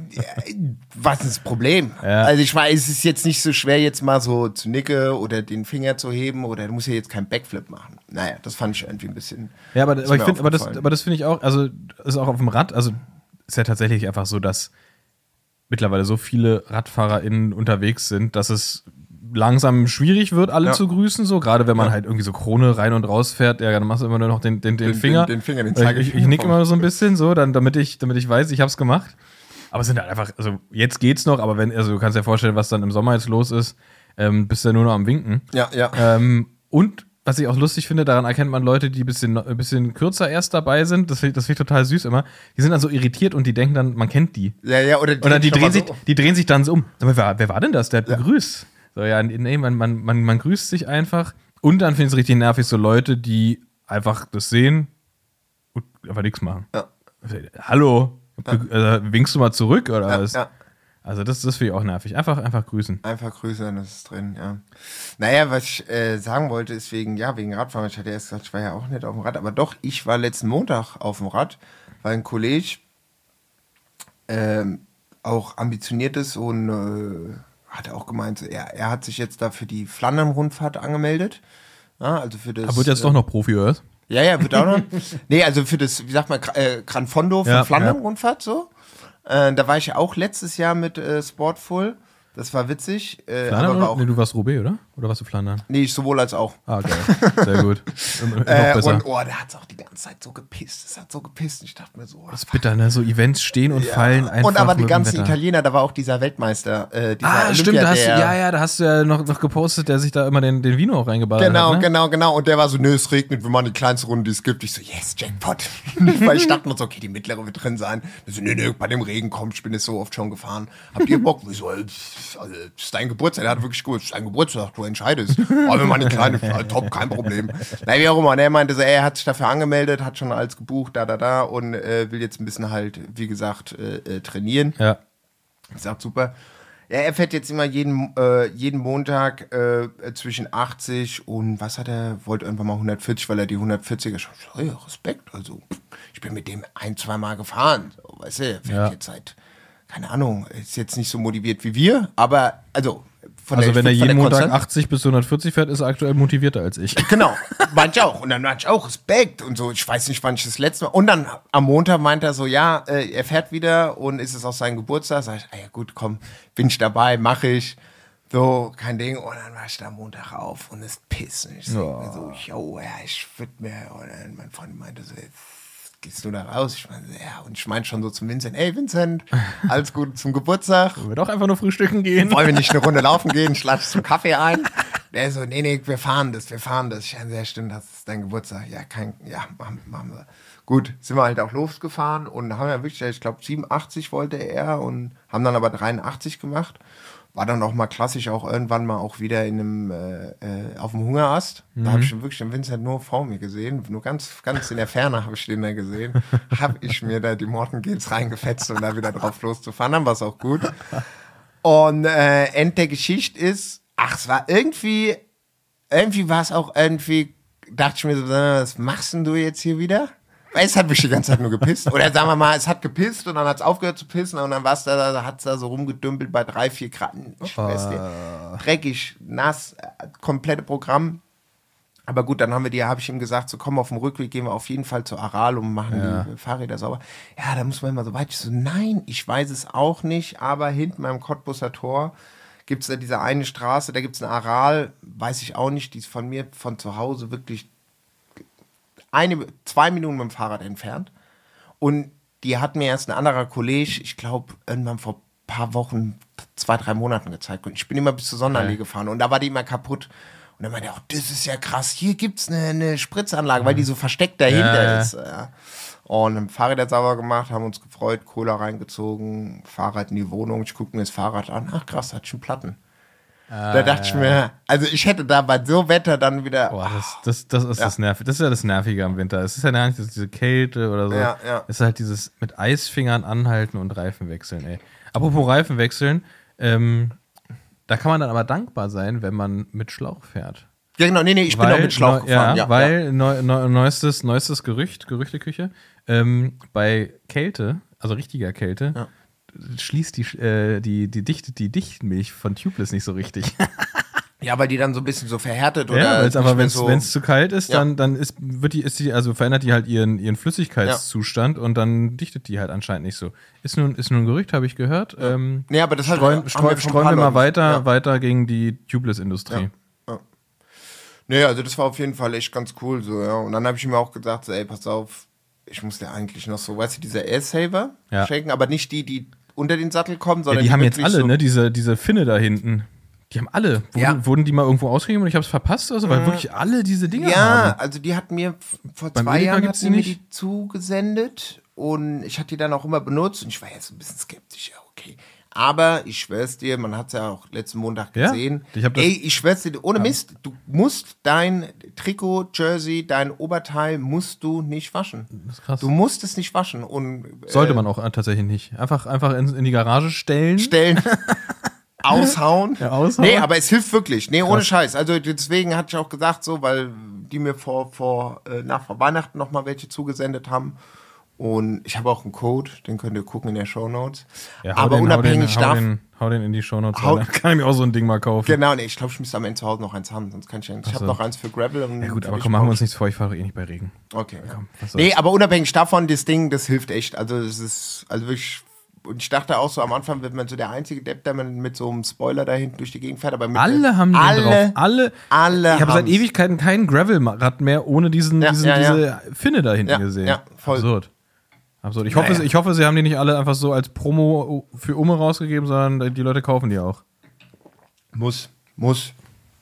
was ist das Problem? Ja. Also ich meine, es ist jetzt nicht so schwer, jetzt mal so zu nicken oder den Finger zu heben oder du musst ja jetzt keinen Backflip machen. Naja, das fand ich irgendwie ein bisschen. Ja, aber, ist aber ich mir finde, aber das, aufgefallen. aber das finde ich auch, also ist auch auf dem Rad, also ist ja tatsächlich einfach so, dass mittlerweile so viele RadfahrerInnen unterwegs sind, dass es langsam schwierig wird, alle Ja. zu grüßen, so, gerade wenn man Ja. halt irgendwie so Krone rein und raus fährt, ja, dann machst du immer nur noch den, den, den, Den- Finger. den- den Finger, den ich, ich, Zeigefinger ich nick vom- immer so ein bisschen, so, dann, damit ich, damit ich weiß, ich hab's gemacht. Aber es sind halt einfach, also jetzt geht's noch, aber wenn, also du kannst dir vorstellen, was dann im Sommer jetzt los ist, ähm, bist du ja nur noch am Winken. Ja, ja. Ähm, und was ich auch lustig finde, daran erkennt man Leute, die ein bisschen, ein bisschen kürzer erst dabei sind. Das finde das find ich total süß immer. Die sind dann so irritiert und die denken dann, man kennt die. Ja, ja, oder Oder die schon drehen, mal sich, so- die drehen sich dann so um. Sag mal, wer, wer war denn das? Der hat begrüßt. So, ja, nee, man, man, man, man grüßt sich einfach. Und dann finde ich es richtig nervig, so Leute, die einfach das sehen und einfach nichts machen. Ja. Hallo, Be äh, winkst du mal zurück oder Ja, was? ja. Also das, das finde ich auch nervig. Einfach, einfach grüßen. Einfach Grüße, dann ist es drin, ja. Naja, was ich äh, sagen wollte, ist wegen, ja, wegen Radfahren. Ich hatte erst gesagt, ich war ja auch nicht auf dem Rad, aber doch, ich war letzten Montag auf dem Rad, weil ein Kollege ähm, auch ambitioniert ist und äh, hat auch gemeint, er, er hat sich jetzt da für die Flandern-Rundfahrt angemeldet. Ja, also für das. Aber wird jetzt äh, doch noch Profi, oder was? Ja, ja, wird auch noch. Nee, also für das, wie sagt man, Gra- äh, Gran Fondo für Ja, Flandern-Rundfahrt so. Äh, da war ich ja auch letztes Jahr mit äh, Sportful. Das war witzig. Äh, Flandern aber war oder? auch, Nee, du warst Roubaix, oder? Oder warst du Flandern? nee, sowohl als auch. Ah, geil. Sehr gut. Noch Äh, besser. und oh, der hat auch die ganze Zeit so gepisst. Es hat so gepisst. Und ich dachte mir so. Das ist bitter, ne? So Events stehen und fallen einfach. Und aber die mit dem ganzen Wetter. Italiener, da war auch dieser Weltmeister. Äh, dieser Ah, stimmt, da hast du, Olympiader. ja, ja, da hast du ja noch, noch gepostet, der sich da immer den, den Vino auch reingeballert Genau, hat. Ne? genau, genau. Und der war so, nö, es regnet, wir machen die kleinste Runde, die es gibt. Ich so, yes, Jackpot. Weil ich dachte mir so, okay, die mittlere wird drin sein. Ich so, nö, nö, bei dem Regen kommt, ich bin jetzt so oft schon gefahren. Habt ihr Bock? Ich so, äh, pff, also, das ist dein Geburtstag. Der hat wirklich gut, das ist dein Geburtstag, du entscheidest. Aber wir machen die kleine, äh, top, kein Problem. Na, wie auch immer. Und er meinte so, ey, er hat sich dafür angemeldet, hat schon alles gebucht, da, da, da. Und äh, will jetzt ein bisschen halt, wie gesagt, äh, äh, trainieren. Ja. Ich sag super. Ja, er fährt jetzt immer jeden, äh, jeden Montag äh, zwischen achtzig und was hat er? Wollte irgendwann mal hundertvierzig, weil er die hundertvierziger schon. So, ja, Respekt. Also, ich bin mit dem ein, zwei Mal gefahren. So, weißt du, er fährt Ja. jetzt seit, keine Ahnung, ist jetzt nicht so motiviert wie wir, aber, also, von Also, der, wenn er von jeden der Montag Konstant- achtzig bis hundertvierzig fährt, ist er aktuell motivierter als ich. Genau, meinte ich auch. Und dann meinte ich auch Respekt und so. Ich weiß nicht, wann ich das letzte Mal. Und dann am Montag meinte er so, ja, äh, er fährt wieder und ist es auch sein Geburtstag. Sag ich, ah ja gut, komm, bin ich dabei, mache ich. So, kein Ding. Und dann war ich da am Montag auf und es pissen. Ich so, Oh. so, yo, ja, ich würde mir. Und dann mein Freund meinte so, jetzt gehst du da raus? Ich meine, ja, und ich meinte schon so zum Vincent, ey Vincent, alles Gute zum Geburtstag. Wollen wir doch einfach nur frühstücken gehen? Wollen wir nicht eine Runde laufen gehen? Ich lade zum Kaffee ein. Der so, nee, nee, wir fahren das, wir fahren das. Ich sage, ja, stimmt, das ist dein Geburtstag. Ja, kein, ja, machen, machen wir. Gut, sind wir halt auch losgefahren und haben ja wirklich, ich glaube, siebenundachtzig wollte er und haben dann aber dreiundachtzig gemacht. war dann auch mal klassisch auch irgendwann mal auch wieder in einem, äh, äh, auf dem Hungerast. Mhm. Da habe ich wirklich den Vincent nur vor mir gesehen. Nur ganz, ganz in der Ferne habe ich den da gesehen. Habe ich mir da die Morton Gates reingefetzt, um da wieder drauf loszufahren. Dann war es auch gut. Und äh, End der Geschichte ist, ach, es war irgendwie, irgendwie war es auch irgendwie, dachte ich mir so, was machst denn du jetzt hier wieder? Weil es hat mich die ganze Zeit nur gepisst. Oder sagen wir mal, es hat gepisst und dann hat es aufgehört zu pissen und dann war es da, da hat es da so rumgedümpelt bei drei, vier Grad. Ich weiß nicht. Dreckig, nass, komplette Programm. Aber gut, dann haben wir die, habe ich ihm gesagt, so komm, auf dem Rückweg gehen wir auf jeden Fall zu Aral und machen ja. die Fahrräder sauber. Ja, da muss man immer so weit. Ich so, nein, ich weiß es auch nicht, aber hinten beim Cottbuser Tor gibt es da diese eine Straße, da gibt es ein Aral, weiß ich auch nicht, die ist von mir, von zu Hause wirklich eine, zwei Minuten mit dem Fahrrad entfernt. Und die hat mir erst ein anderer Kollege, ich glaube, irgendwann vor ein paar Wochen, zwei, drei Monaten gezeigt. Und ich bin immer bis zur Sonnenallee okay. gefahren und da war die immer kaputt. Und dann meinte er, oh, das ist ja krass, hier gibt's eine, eine Spritzanlage, weil die so versteckt dahinter ja. ist. Ja. Und haben Fahrräder sauber gemacht, haben uns gefreut, Cola reingezogen, Fahrrad in die Wohnung. Ich gucke mir das Fahrrad an, ach krass, hat schon Platten. Ah, da dachte ich mir, also ich hätte da bei so Wetter dann wieder. Boah, das, das, das ist ja. das Nervige. Das ist ja das Nervige am Winter. Es ist ja gar nicht diese Kälte oder so. Ja, ja. Es ist halt dieses mit Eisfingern anhalten und Reifen wechseln, ey. Apropos Reifen wechseln, ähm, da kann man dann aber dankbar sein, wenn man mit Schlauch fährt. Ja, genau, nee, nee, ich weil, bin auch mit Schlauch neu, gefahren. Ja, ja weil ja. Neu, neu, neuestes, neuestes Gerücht, Gerüchteküche, ähm, bei Kälte, also richtiger Kälte, ja. schließt die, äh, die, die, Dicht, die Dichtmilch von Tubeless nicht so richtig. Ja, weil die dann so ein bisschen so verhärtet oder. Ja, aber wenn es so zu kalt ist, ja. dann, dann ist, wird die, ist die, also verändert die halt ihren, ihren Flüssigkeitszustand ja. und dann dichtet die halt anscheinend nicht so. Ist nun, ist nun ein Gerücht, habe ich gehört. Ja. Ähm, nee, aber das hat streuen, streuen, wir, streuen wir mal weiter, ja. weiter gegen die Tubeless-Industrie. Ja. Ja. Nee, also das war auf jeden Fall echt ganz cool so, ja. Und dann habe ich mir auch gesagt, so, ey, pass auf, ich muss dir eigentlich noch so, weißt du, diese Airsaver ja. schenken, aber nicht die, die unter den Sattel kommen, sondern ja, die, die haben jetzt alle, so ne, diese, diese Finne da hinten. Die haben alle. Wurden, ja. wurden die mal irgendwo ausgegeben und ich habe es verpasst? Also, weil mhm. wirklich alle diese Dinge ja, haben. Ja, also die hat mir vor Beim zwei Edeka Jahren gibt's hat die mir die zugesendet und ich hatte die dann auch immer benutzt und ich war jetzt ein bisschen skeptisch, ja, okay. Aber ich schwör's dir, man hat es ja auch letzten Montag gesehen. Ja, ich hab das Ey, ich schwör's dir, ohne ja. Mist, du musst dein Trikot, Jersey, dein Oberteil musst du nicht waschen. Das ist krass. Du musst es nicht waschen. Und, äh, sollte man auch tatsächlich nicht. Einfach, einfach in, in die Garage stellen. Stellen. Aushauen. Ja, aushauen. Nee, aber es hilft wirklich. Nee, krass. Ohne Scheiß. Also deswegen hatte ich auch gesagt, so, weil die mir vor, vor äh, nach vor Weihnachten nochmal welche zugesendet haben. Und ich habe auch einen Code, den könnt ihr gucken in der Shownotes. Ja, aber den, unabhängig hau den, hau davon. Den, hau den in die Shownotes. Dann kann ich mir auch so ein Ding mal kaufen. Genau, nee, ich glaube, ich müsste am Ende zu Hause noch eins haben, sonst kann ich ja nicht. Ich habe noch eins für Gravel. Und ja gut, aber komm, machen wir uns nichts vor, ich fahre eh nicht bei Regen. Okay. Ja, komm, nee, aber unabhängig davon, das Ding, das hilft echt. Also es ist, also wirklich. Und ich dachte auch so, am Anfang wird man so der einzige Depp, der man mit so einem Spoiler da hinten durch die Gegend fährt. Aber mit alle haben den alle, drauf. Alle. alle ich habe seit Ewigkeiten kein Gravel-Rad mehr ohne diesen, ja, diesen ja, diese ja. Finne da hinten ja, gesehen. Ja, voll. Absurd. Absurd. Ich, naja. hoffe, ich hoffe, sie haben die nicht alle einfach so als Promo für Umme rausgegeben, sondern die Leute kaufen die auch. Muss. Muss.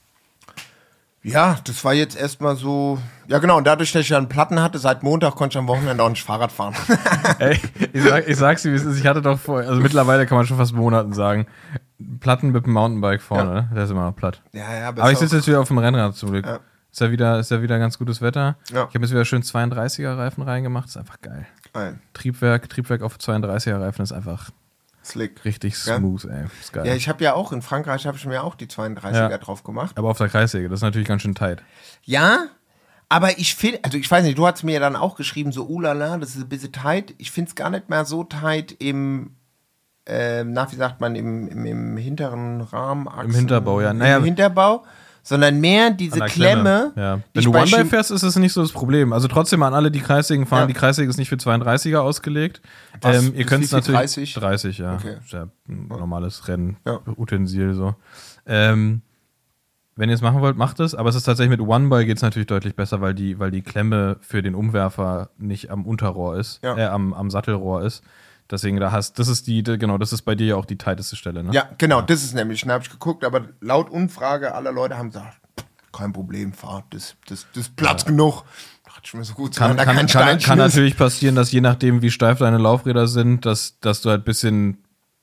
Ja, das war jetzt erstmal so. Ja, genau. Und dadurch, dass ich dann Platten hatte, seit Montag konnte ich am Wochenende auch nicht Fahrrad fahren. Ey, ich, sag, ich sag's dir, wie es ist. Ich hatte doch vor, also mittlerweile kann man schon fast Monaten sagen, Platten mit dem Mountainbike vorne, ja. Der ist immer noch platt. Ja, ja, aber ich sitze jetzt wieder auf dem Rennrad zum Glück. Ja. Ist ja wieder, ist ja wieder ganz gutes Wetter. Ja. Ich habe jetzt wieder schön zweiunddreißiger Reifen reingemacht. Ist einfach geil. Geil. Triebwerk, Triebwerk auf zweiunddreißiger Reifen ist einfach slick. Richtig smooth, ja? ey. Ist geil. Ja, ich habe ja auch, in Frankreich habe ich mir auch die zweiunddreißiger ja. drauf gemacht. Aber auf der Kreissäge, das ist natürlich ganz schön tight. Ja, aber ich finde, also ich weiß nicht, du hast mir ja dann auch geschrieben, so ulala, das ist ein bisschen tight. Ich finde es gar nicht mehr so tight im, äh, nach wie sagt man, im, im, im hinteren Rahmen. Im Hinterbau, ja. Naja, im Hinterbau. Sondern mehr diese Klemme. Klemme ja. Wenn du One-By fährst, ist das nicht so das Problem. Also trotzdem an alle, die Kreissägen fahren, ja. die Kreissäge ist nicht für zweiunddreißiger ausgelegt. Ähm, ihr könnt es natürlich. dreißig? dreißig, ja. Okay. Ist ja ein normales Rennen, ja. Utensil so. Ähm, wenn ihr es machen wollt, macht es. Aber es ist tatsächlich mit One-By geht es natürlich deutlich besser, weil die, weil die Klemme für den Umwerfer nicht am Unterrohr ist, ja. äh, am, am Sattelrohr ist. Deswegen, da hast, das ist die, genau, das ist bei dir ja auch die tighteste Stelle, ne? Ja, genau, ja. das ist nämlich, da habe ich geguckt, aber laut Umfrage aller Leute haben gesagt, kein Problem, fahr, das, das, das ist Platz ja. genug. Dachte ich mir so gut, kann, da kann, kein kann, kann natürlich passieren, dass je nachdem, wie steif deine Laufräder sind, dass, dass du halt ein bisschen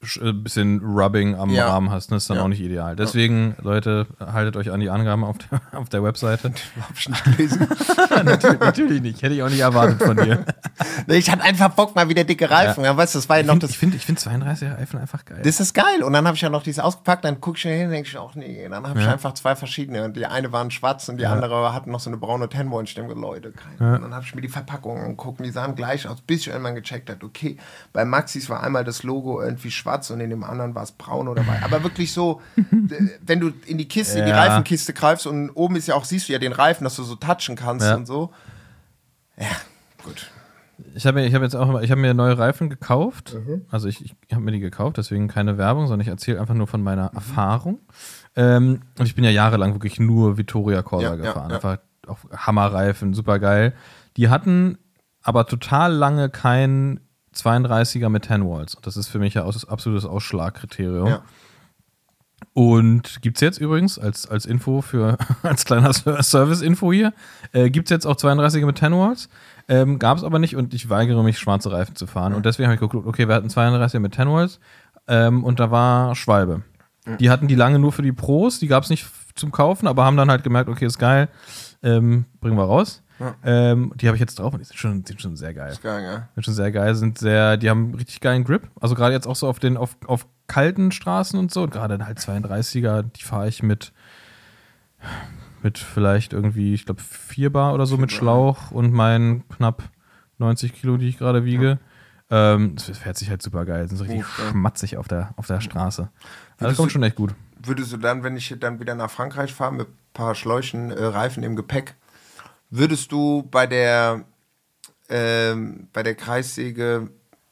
ein bisschen Rubbing am Ja. Rahmen hast, das ist dann Ja. auch nicht ideal. Deswegen, Leute, haltet euch an die Angaben auf der, auf der Webseite. Hab ich nicht gelesen. natürlich, natürlich nicht, hätte ich auch nicht erwartet von dir. Nee, ich hatte einfach Bock, mal wieder dicke Reifen. Ja. Weißt du, das war ja Ich noch finde das. ich find, ich find zweiunddreißiger Reifen einfach geil. Das ist geil. Und dann habe ich ja noch dieses ausgepackt, dann gucke ich mir hin und denke ich, auch nee. Dann habe ich Ja. einfach zwei verschiedene. Und die eine waren schwarz und die Ja. andere hatten noch so eine braune Tenwo. Und ich denke, Leute, keine. Ja. Und dann habe ich mir die Verpackungen angeguckt und die sahen gleich aus, bis ich irgendwann gecheckt habe, okay, bei Maxis war einmal das Logo irgendwie schwarz und in dem anderen war es braun oder weiß. Aber wirklich so, d- wenn du in die Kiste, in die Ja. Reifenkiste greifst und oben ist ja auch, siehst du ja den Reifen, dass du so touchen kannst Ja. und so. Ja, gut. Ich habe mir, ich hab jetzt auch, ich habe mir neue Reifen gekauft. Also ich, ich habe mir die gekauft, deswegen keine Werbung, sondern ich erzähle einfach nur von meiner Mhm. Erfahrung. Ähm, und ich bin ja jahrelang wirklich nur Vittoria Corsa Ja, ja, gefahren. ja. Einfach auf Hammerreifen, super geil. Die hatten aber total lange kein zweiunddreißiger mit ten Walls. Das ist für mich ja aus, absolutes Ausschlagkriterium. Ja. Und gibt's jetzt übrigens als, als Info für, als kleiner Service-Info hier, äh, gibt's jetzt auch zweiunddreißiger mit ten Walls. Ähm, gab's aber nicht und ich weigere mich, schwarze Reifen zu fahren. Und deswegen habe ich geguckt, okay, wir hatten zweiunddreißiger mit ten Walls ähm, und da war Schwalbe. Die hatten die lange nur für die Pros, die gab's nicht f- zum Kaufen, aber haben dann halt gemerkt, okay, ist geil, ähm, bringen wir raus. Ja. Ähm, die habe ich jetzt drauf und die sind schon, die sind schon sehr geil. Ist geil, ja. Sind schon sehr geil, sind sehr, die haben richtig geilen Grip. Also gerade jetzt auch so auf den, auf, auf kalten Straßen und so. Und gerade halt zweiunddreißiger, die fahre ich mit, mit vielleicht irgendwie, ich glaube, vier Bar oder so mit Bar. Schlauch und meinen knapp neunzig Kilo, die ich gerade wiege. Ähm, das fährt sich halt super geil. Sind so richtig Uff, ja. schmatzig auf der, auf der Straße. Also das Würdest kommt du- schon echt gut. Würdest du dann, wenn ich dann wieder nach Frankreich fahre mit ein paar Schläuchen äh, Reifen im Gepäck, würdest du bei der ähm, bei der Kreissäge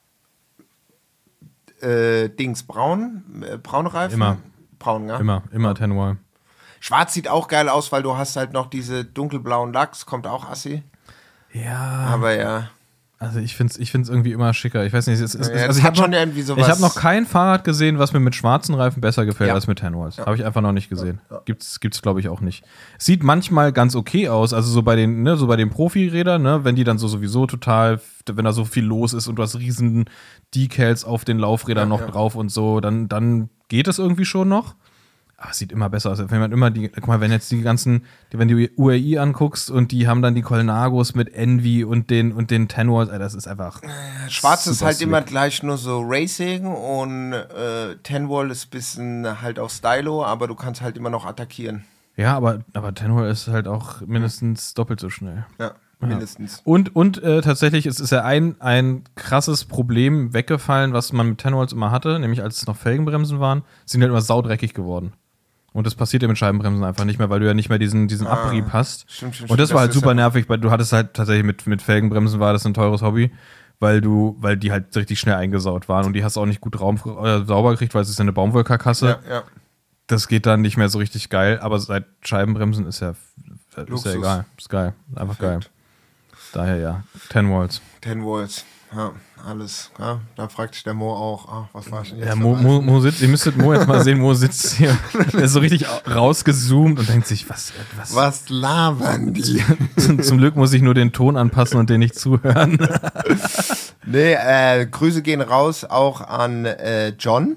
äh, Dings braun, äh, braune Reifen? Immer. Braun, ja? Immer, immer ten Wall. Schwarz sieht auch geil aus, weil du hast halt noch diese dunkelblauen Lachs, kommt auch assi. Ja. Aber ja. Also ich finde es ich find's irgendwie immer schicker. Ich weiß nicht, es ist, Ja, also das ich hat habe schon noch, irgendwie sowas- ich hab noch kein Fahrrad gesehen, was mir mit schwarzen Reifen besser gefällt Ja. als mit ten Walls. Ja. Habe ich einfach noch nicht gesehen. Ja, ja. Gibt's, gibt's glaube ich auch nicht. Sieht manchmal ganz okay aus, also so bei den, ne, so bei den Profi-Rädern, ne, wenn die dann so sowieso total, wenn da so viel los ist und du hast riesen Decals auf den Laufrädern Ja, noch ja. drauf und so, dann, dann geht es irgendwie schon noch. Aber es sieht immer besser aus. Wenn man immer die, guck mal, wenn jetzt die ganzen, die, wenn du die U R I anguckst und die haben dann die Colnagos mit Envy und den, und den ten Walls, ey, das ist einfach. Schwarz ist super halt slick. immer gleich nur so Racing und äh, ten Wall ist ein bisschen halt auch Stylo, aber du kannst halt immer noch attackieren. Ja, aber, aber ten Wall ist halt auch mindestens doppelt so schnell. Ja, mindestens. Und, und äh, tatsächlich es ist ja ein, ein krasses Problem weggefallen, was man mit ten Walls immer hatte, nämlich als es noch Felgenbremsen waren, sind halt immer saudreckig geworden. Und das passiert ja mit Scheibenbremsen einfach nicht mehr, weil du ja nicht mehr diesen, diesen Ah, Abrieb hast. stimmt, stimmt, Und das stimmt. war halt Das ist super ja- nervig, weil du hattest halt tatsächlich mit, mit Felgenbremsen war das ein teures Hobby, weil du, weil die halt richtig schnell eingesaut waren und die hast du auch nicht gut Raum, äh, sauber gekriegt, weil es ist ja eine Baumwollkarkasse. Ja, ja. Das geht dann nicht mehr so richtig geil, aber seit Scheibenbremsen ist ja, ist Luxus. ja egal. Ist geil. Einfach Perfekt. geil. Daher ja. ten Walls. ten Walls. Ja, alles. Ja, da fragt sich der Mo auch, ach, was war ich denn jetzt? Ja, für Mo, ein Mo, Mo sitzt, ihr müsstet Mo jetzt mal sehen, Mo sitzt hier. Der ist so richtig rausgezoomt und denkt sich, was, was, Was labern die? Zum, zum Glück muss ich nur den Ton anpassen und den nicht zuhören. Nee, äh, Grüße gehen raus auch an äh, John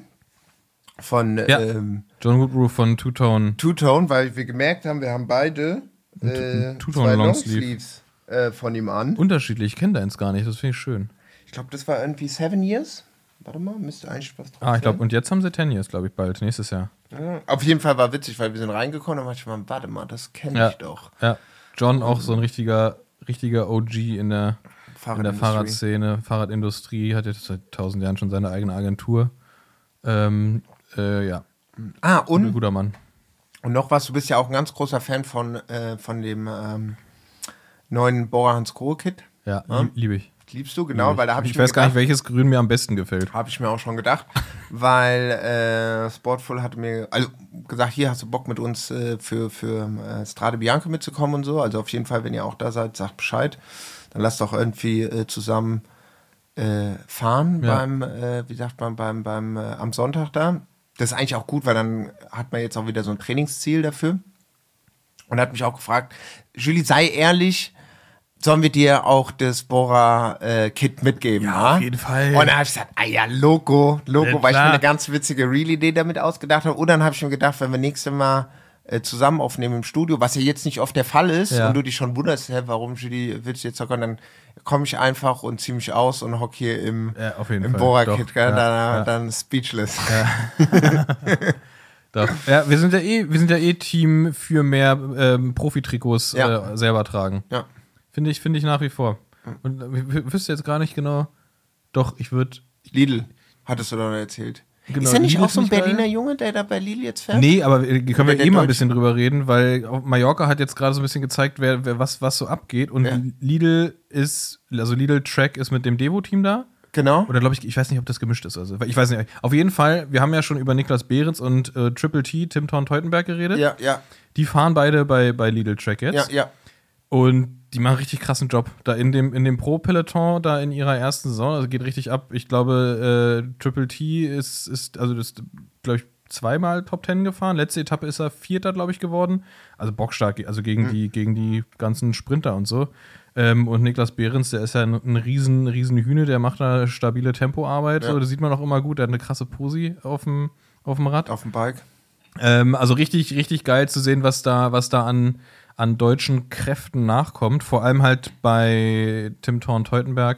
von Ja. ähm, John Woodruff von Two-Tone. Two-Tone, weil wir gemerkt haben, wir haben beide äh, Two-Tone zwei Longsleeve. Longsleeves äh, von ihm an. Unterschiedlich, ich kenne deins gar nicht, das finde ich schön. Ich glaube, das war irgendwie Seven Years. Warte mal, müsste eigentlich was drauf Ah, ich glaube, sein. und jetzt haben sie ten Years, glaube ich, bald, nächstes Jahr. Ja, auf jeden Fall war witzig, weil wir sind reingekommen und manchmal, warte mal, das kenne Ja. ich doch. Ja. John auch so ein richtiger, richtiger O G in der, in der Fahrradindustrie. Fahrradszene, Fahrradindustrie, hat jetzt seit tausend Jahren schon seine eigene Agentur. Ähm, äh, ja, Ah, ein und, guter Mann. und noch was, du bist ja auch ein ganz großer Fan von, äh, von dem ähm, neuen Bora Hans Grohe Kit. Ja, Ja? lieb, lieb ich. Liebst du, genau, Lieb weil da habe ich, ich mir weiß gar nicht, gedacht, welches Grün mir am besten gefällt. habe ich mir auch schon gedacht, weil äh, Sportful hatte mir also gesagt, hier hast du Bock mit uns äh, für, für äh, Strade Bianca mitzukommen und so. Also auf jeden Fall, wenn ihr auch da seid, sagt Bescheid. Dann lasst doch irgendwie äh, zusammen äh, fahren Ja. beim, äh, wie sagt man, beim, beim äh, am Sonntag da. Das ist eigentlich auch gut, weil dann hat man jetzt auch wieder so ein Trainingsziel dafür. Und er hat mich auch gefragt, Julie, sei ehrlich, sollen wir dir auch das Bora-Kit äh, mitgeben? Ja, na? auf jeden Fall. Und dann habe ich gesagt, ah ja, Logo, Logo, Ja, weil ich mir klar. eine ganz witzige Reel-Idee damit ausgedacht habe. Und dann habe ich mir gedacht, wenn wir nächstes Mal äh, zusammen aufnehmen im Studio, was ja jetzt nicht oft der Fall ist, Ja. und du dich schon wunderst, hä, warum Judy willst du jetzt zocken, dann komme ich einfach und ziehe mich aus und hock hier im, Ja, auf jeden im Fall. Bora-Kit, Doch, gell, ja, dann, ja. dann speechless. Doch. Ja, wir sind ja eh, wir sind ja eh Team für mehr ähm, Profitrikots Ja. äh, selber tragen. Ja. Finde ich, finde ich nach wie vor. Und äh, ich wüsste jetzt gar nicht genau. Doch, ich würde. Lidl, hattest du doch erzählt. Genau, ist er nicht Lidl auch so ein finde ich Berliner geil. Junge, der da bei Lidl jetzt fährt? Nee, aber äh, können wir Der eh mal ein Deutsche. bisschen drüber reden, weil auf Mallorca hat jetzt gerade so ein bisschen gezeigt, wer, wer was, was so abgeht. Und Ja. Lidl ist, also Lidl Track ist mit dem Devo-Team da. Genau. Oder glaube ich, ich weiß nicht, ob das gemischt ist. Also, ich weiß nicht. Auf jeden Fall, wir haben ja schon über Niklas Behrens und äh, Triple T, Tim Thorn-Teutenberg geredet. Ja, ja, Die fahren beide bei, bei Lidl Track ja, jetzt. ja. Und die machen richtig krassen Job. Da in dem, in dem Pro-Peloton, da in ihrer ersten Saison, also geht richtig ab. Ich glaube, äh, Triple T ist, ist also das, glaube ich, zweimal Top Ten gefahren. Letzte Etappe ist er Vierter, glaube ich, geworden. Also bockstark, also gegen, Mhm. die, gegen die ganzen Sprinter und so. Ähm, und Niklas Behrens, der ist ja ein, ein riesen, riesen Hühne, der macht da stabile Tempoarbeit. Ja. So, das sieht man auch immer gut. Der hat eine krasse Posi auf dem, auf dem Rad. Auf dem Bike. Ähm, also richtig, richtig geil zu sehen, was da, was da an, an deutschen Kräften nachkommt. Vor allem halt bei Tim Thorn-Teutenberg,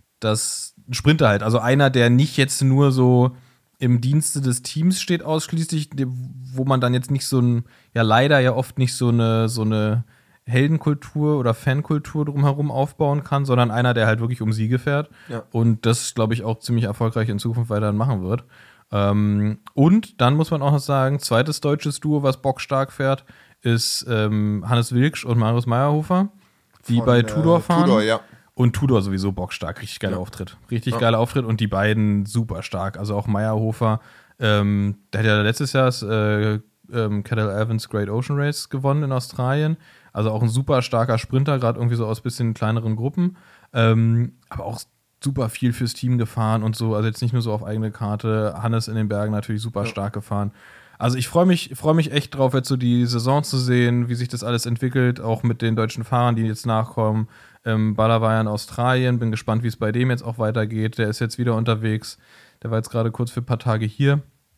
das Sprinter halt. Also einer, der nicht jetzt nur so im Dienste des Teams steht ausschließlich, wo man dann jetzt nicht so ein, ja leider ja oft nicht so eine, so eine Heldenkultur oder Fankultur drumherum aufbauen kann, sondern einer, der halt wirklich um Siege fährt. Ja. Und das, glaube ich, auch ziemlich erfolgreich in Zukunft weiterhin machen wird. Ähm, und dann muss man auch noch sagen, zweites deutsches Duo, was bockstark fährt, ist ähm, Hannes Wilksch und Marius Meyerhofer, die Von, bei äh, Tudor fahren. Tudor, ja. Und Tudor sowieso bockstark, richtig geiler Ja. Auftritt. Richtig Ja. geiler Auftritt und die beiden super stark. Also auch Meyerhofer, ähm, der hat ja letztes Jahr das äh, ähm, Cadel Evans Great Ocean Race gewonnen in Australien. Also auch ein super starker Sprinter, gerade irgendwie so aus bisschen kleineren Gruppen. Ähm, aber auch super viel fürs Team gefahren und so. Also jetzt nicht nur so auf eigene Karte. Hannes in den Bergen natürlich super Ja. stark gefahren. Also ich freue mich, freu mich echt drauf, jetzt so die Saison zu sehen, wie sich das alles entwickelt, auch mit den deutschen Fahrern, die jetzt nachkommen. Ähm, Baller war ja in Australien, bin gespannt, wie es bei dem jetzt auch weitergeht. Der ist jetzt wieder unterwegs. Der war jetzt gerade kurz für ein paar Tage hier.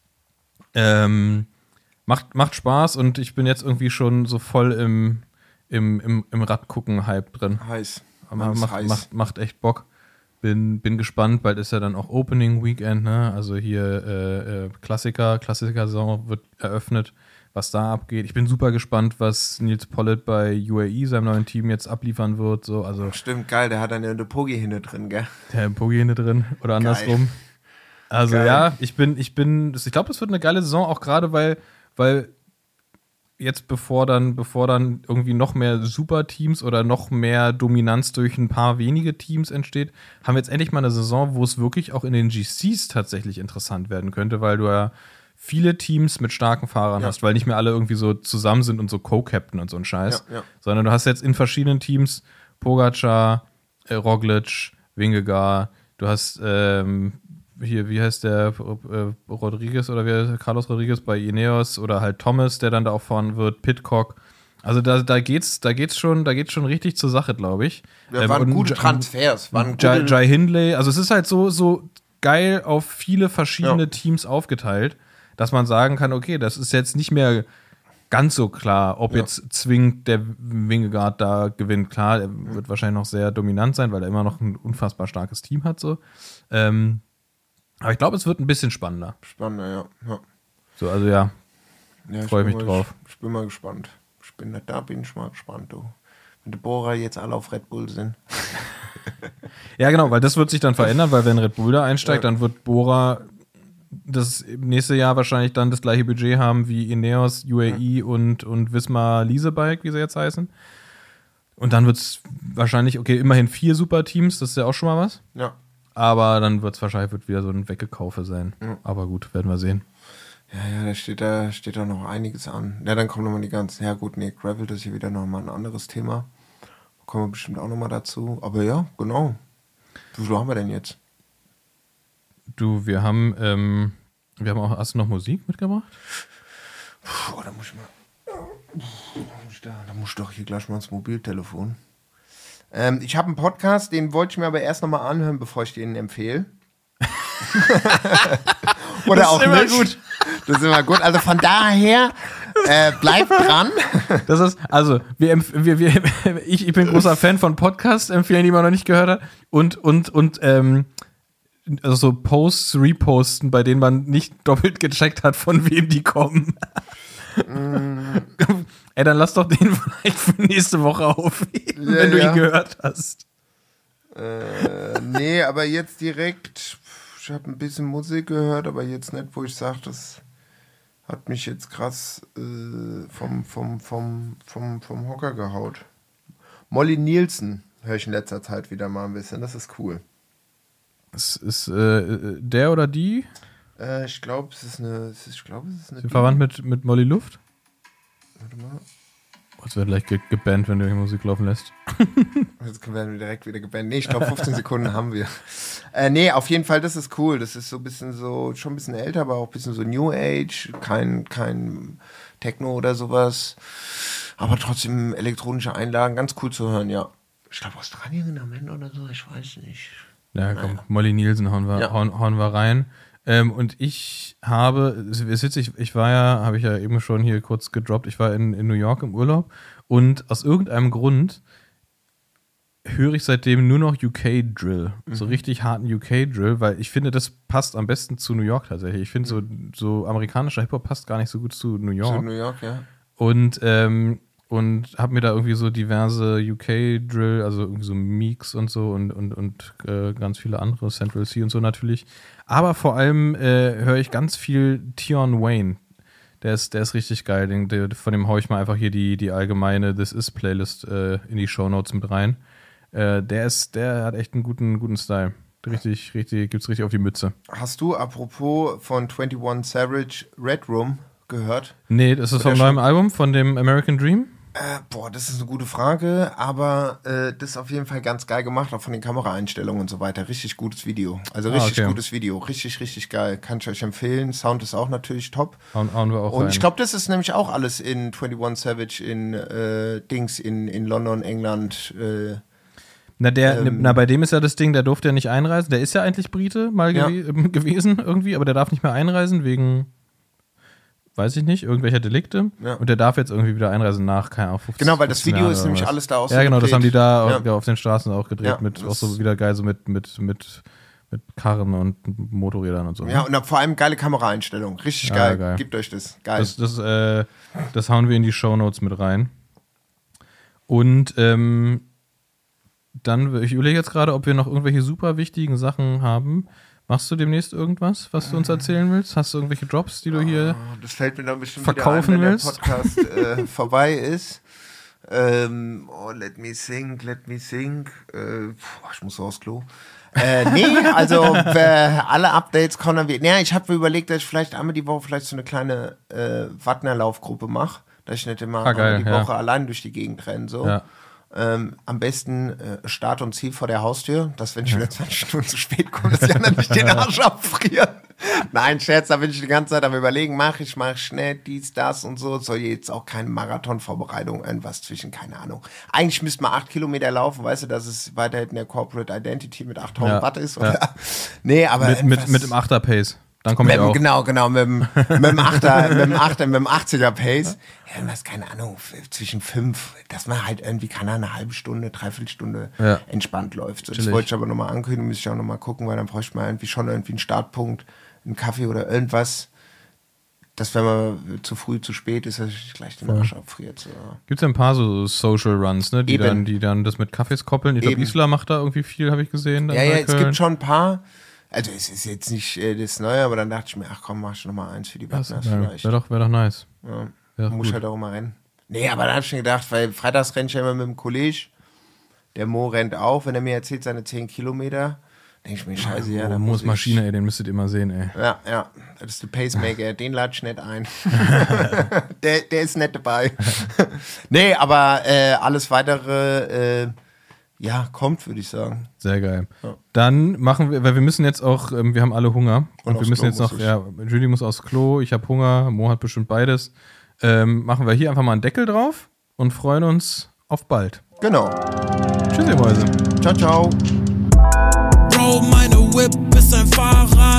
Ähm, macht, macht Spaß und ich bin jetzt irgendwie schon so voll im, im, im, im Radgucken-Hype drin. Heiß. Aber Alles macht, heiß. macht, macht echt Bock. Bin, bin gespannt, bald ist ja dann auch Opening Weekend, ne? Also hier äh, äh, Klassiker, Klassiker-Saison wird eröffnet, was da abgeht. Ich bin super gespannt, was Nils Pollitt bei U A E, seinem neuen Team, jetzt abliefern wird. So, also Stimmt, geil, der hat dann eine Pogi hinne drin, gell? der Pogi hinten drin oder andersrum. Also Geil. ja, ich bin, ich bin, ich glaube, das wird eine geile Saison, auch gerade weil, weil jetzt bevor dann, bevor dann irgendwie noch mehr Superteams oder noch mehr Dominanz durch ein paar wenige Teams entsteht, haben wir jetzt endlich mal eine Saison, wo es wirklich auch in den G Cs tatsächlich interessant werden könnte, weil du ja viele Teams mit starken Fahrern Ja. hast, weil nicht mehr alle irgendwie so zusammen sind und so Co-Captain und so ein Scheiß, Ja, ja. sondern du hast jetzt in verschiedenen Teams Pogacar, äh, Roglic, Vingegaard, du hast ähm, hier, wie heißt der, äh, Rodriguez oder wie heißt der? Carlos Rodriguez bei Ineos oder halt Thomas, der dann da auch fahren wird, Pitcock. Also da, da geht's, da geht's schon, da geht's schon richtig zur Sache, glaube ich. Ja, Ähm, waren und gute J- Transfers. Waren Jai, gute, Jai Hindley, also es ist halt so, so geil auf viele verschiedene Ja. Teams aufgeteilt, dass man sagen kann, okay, das ist jetzt nicht mehr ganz so klar, ob Ja. jetzt zwingend der Vingegaard da gewinnt. Klar, er wird wahrscheinlich noch sehr dominant sein, weil er immer noch ein unfassbar starkes Team hat. So. Ähm, aber ich glaube, es wird ein bisschen spannender. Spannender, ja. ja. So, also ja, ja Freu bin mich mal, drauf. Ich, ich bin mal gespannt. Ich bin, da bin ich mal gespannt, du. Wenn die Bohrer jetzt alle auf Red Bull sind. Ja, genau, weil das wird sich dann verändern, weil wenn Red Bull da einsteigt, Ja. dann wird Bora das nächste Jahr wahrscheinlich dann das gleiche Budget haben wie Ineos, U A E und, und Wismar Leasebike, wie sie jetzt heißen. Und dann wird es wahrscheinlich, okay, immerhin vier Superteams, das ist ja auch schon mal was. Ja. Aber dann wird es wahrscheinlich wird wieder so ein Weggekaufe sein. Ja. Aber gut, werden wir sehen. Ja, ja, da steht da, steht da noch einiges an. Ja, dann kommen nochmal die ganzen, ja gut, nee, Gravel, das ist hier wieder nochmal ein anderes Thema. Kommen wir bestimmt auch nochmal dazu. Aber ja, genau. Wie viel haben wir denn jetzt? Du, wir haben, ähm, wir haben auch, hast du noch Musik mitgebracht? Puh, da muss ich mal. Da muss ich, da, da muss ich doch hier gleich mal ins Mobiltelefon. Ähm, ich habe einen Podcast, den wollte ich mir aber erst nochmal anhören, bevor ich den empfehle. Oder das auch ist immer nicht. gut. Das ist immer gut. Also von daher, äh, bleibt dran. Das ist, also, wir, empf- wir, wir, ich, ich bin großer Fan von Podcasts, empfehlen, die man noch nicht gehört hat. Und, und, und, ähm, also so Posts reposten, bei denen man nicht doppelt gecheckt hat, von wem die kommen. Mm. Ey, dann lass doch den vielleicht für nächste Woche aufheben, Ja, wenn du ja. ihn gehört hast. Äh, nee, aber jetzt direkt, ich habe ein bisschen Musik gehört, aber jetzt nicht, wo ich sage, das hat mich jetzt krass äh, vom, vom, vom, vom, vom Hocker gehaut. Molly Nielsen höre ich in letzter Zeit wieder mal ein bisschen, das ist cool. Es ist äh, der oder die? Äh, ich glaube, es ist eine, es ist, ich glaube, es ist eine. Sind verwandt mit, mit Molly Luft? Warte mal. Jetzt wird gleich ge- gebannt, wenn du die Musik laufen lässt. Jetzt werden wir direkt wieder gebannt. Nee, ich glaube, fünfzehn Sekunden haben wir. Äh, nee, auf jeden Fall, das ist cool. Das ist so ein bisschen so, schon ein bisschen älter, aber auch ein bisschen so New Age. Kein, kein Techno oder sowas. Aber trotzdem elektronische Einlagen. Ganz cool zu hören, ja. Ich glaube, Australien am Ende oder so, ich weiß nicht. Ja, komm, Naja. Molly Nielsen hauen wir, Ja. hauen, hauen wir rein. Ähm, und ich habe, es ist witzig, ich war ja, habe ich ja eben schon hier kurz gedroppt, ich war in, in New York im Urlaub und aus irgendeinem Grund höre ich seitdem nur noch U K-Drill. Mhm. So richtig harten U K-Drill, weil ich finde, das passt am besten zu New York tatsächlich. Ich finde, so, so amerikanischer Hip-Hop passt gar nicht so gut zu New York. Zu New York, ja. Und, ähm, und habe mir da irgendwie so diverse U K-Drill, also irgendwie so Meeks und so und, und, und äh, ganz viele andere, Central C und so natürlich. Aber vor allem äh, höre ich ganz viel Tion Wayne. Der ist, der ist richtig geil. Den, der, von dem haue ich mal einfach hier die, die allgemeine This Is Playlist äh, in die Shownotes mit rein. Äh, der ist, der hat echt einen guten, guten Style. Richtig, richtig, gibt's richtig auf die Mütze. Hast du apropos von einundzwanzig Savage Red Room gehört? Nee, das ist vom der neuen schon- Album, von dem American Dream. Äh, boah, das ist eine gute Frage, aber äh, das ist auf jeden Fall ganz geil gemacht, auch von den Kameraeinstellungen und so weiter. Richtig gutes Video. Also Ah, richtig okay. gutes Video. Richtig, richtig geil. Kann ich euch empfehlen. Sound ist auch natürlich top. Hauen, hauen wir auch Und rein. ich glaube, das ist nämlich auch alles in einundzwanzig Savage in äh, Dings, in, in London, England. Äh, Na, der, Ähm, na, bei dem ist ja das Ding, der durfte ja nicht einreisen. Der ist ja eigentlich Brite mal Ja. gewe- gewesen irgendwie, aber der darf nicht mehr einreisen wegen, weiß ich nicht, irgendwelcher Delikte. Ja. Und der darf jetzt irgendwie wieder einreisen nach, keine Ahnung, fünfzehn genau, weil das fünfzehn Video Jahren ist oder nämlich was. alles da aus. Ja, genau, das haben die da Ja. auch, ja, auf den Straßen auch gedreht, Ja, mit auch das- so wieder geil, so mit, mit, mit, mit Karren und Motorrädern und so. Ja, und dann vor allem geile Kameraeinstellung. Richtig Ja, geil. geil. Gebt euch das. Geil. Das, das, äh, das hauen wir in die Shownotes mit rein. Und ähm, dann, ich überlege jetzt gerade, ob wir noch irgendwelche super wichtigen Sachen haben. Machst du demnächst irgendwas, was du uns erzählen willst? Hast du irgendwelche Drops, die du hier... Oh, das fällt mir dann bestimmt verkaufen wieder ein, wenn willst? der Podcast äh, vorbei ist. Ähm, oh, let me think, let me think. Äh, puh, ich muss so aufs Klo. Äh, nee, also äh, alle Updates kommen wir. Nee, ich habe mir überlegt, dass ich vielleicht einmal die Woche vielleicht so eine kleine äh, Wattner-Laufgruppe mache. Dass ich nicht immer Ah, geil, einmal die ja. Woche allein durch die Gegend renne. So. Ja. Ähm, am besten äh, Start und Ziel vor der Haustür, dass wenn ich wieder zwanzig Stunden zu spät komme, dass die anderen nicht den Arsch abfrieren. Nein, Scherz, da bin ich die ganze Zeit am Überlegen, mache ich, mache ich schnell dies, das und so. Soll jetzt auch keine Marathonvorbereitung, irgendwas zwischen, keine Ahnung. Eigentlich müsste man acht Kilometer laufen, weißt du, dass es weiterhin der Corporate Identity mit achttausend Ja, Watt ist. ja. Oder? Nee, aber Mit, mit, irgendwas- mit dem Achter-Pace. Dann komme mit ich dem, auch. genau, genau, mit dem, mit dem Achter, mit dem Achter, mit dem achtziger Pace. Ja, was, keine Ahnung, f- zwischen fünf, dass man halt irgendwie, keine Ahnung, eine halbe Stunde, dreiviertel Stunde Ja. entspannt läuft. So, das Chillig. wollte ich aber nochmal ankündigen, muss ich auch nochmal gucken, weil dann bräuchte man irgendwie schon irgendwie einen Startpunkt, einen Kaffee oder irgendwas, dass wenn man zu früh, zu spät ist, dass ich gleich den Arsch abfriert. So. Gibt es ja ein paar so Social Runs, ne, die, Eben. dann, die dann das mit Kaffees koppeln. Ich glaube, Eben. Isla macht da irgendwie viel, habe ich gesehen. dann Ja, bei ja, es Köln. gibt schon ein paar. Also es ist jetzt nicht äh, das Neue, aber dann dachte ich mir, ach komm, mach ich noch mal eins für die Das Wattners wäre vielleicht. wär doch, wär doch nice. Ja. Ja, Muss gut. halt auch immer rennen. Nee, aber da hab ich schon gedacht, weil freitags renne ich ja immer mit dem Kollege. Der Mo rennt auch, wenn er mir erzählt seine zehn Kilometer. Denke ich mir, scheiße, ja, oh, da Moos muss ich... Maschine, ey, den müsstet ihr mal sehen, ey. Ja, ja, das ist der Pacemaker, den lade ich nicht ein. der, der ist nicht dabei. Nee, aber äh, alles weitere, äh, ja, kommt, würde ich sagen. Sehr geil. Ja. Dann machen wir, weil wir müssen jetzt auch, ähm, wir haben alle Hunger. Und, Und wir aufs müssen Klo jetzt noch, muss ich. ja, Julie muss aufs Klo, ich habe Hunger, Mo hat bestimmt beides. Ähm, machen wir hier einfach mal einen Deckel drauf und freuen uns auf bald. Genau. Tschüss, ihr Mäuse. Ciao, ciao. Bro, meine Whip ist ein Fahrrad.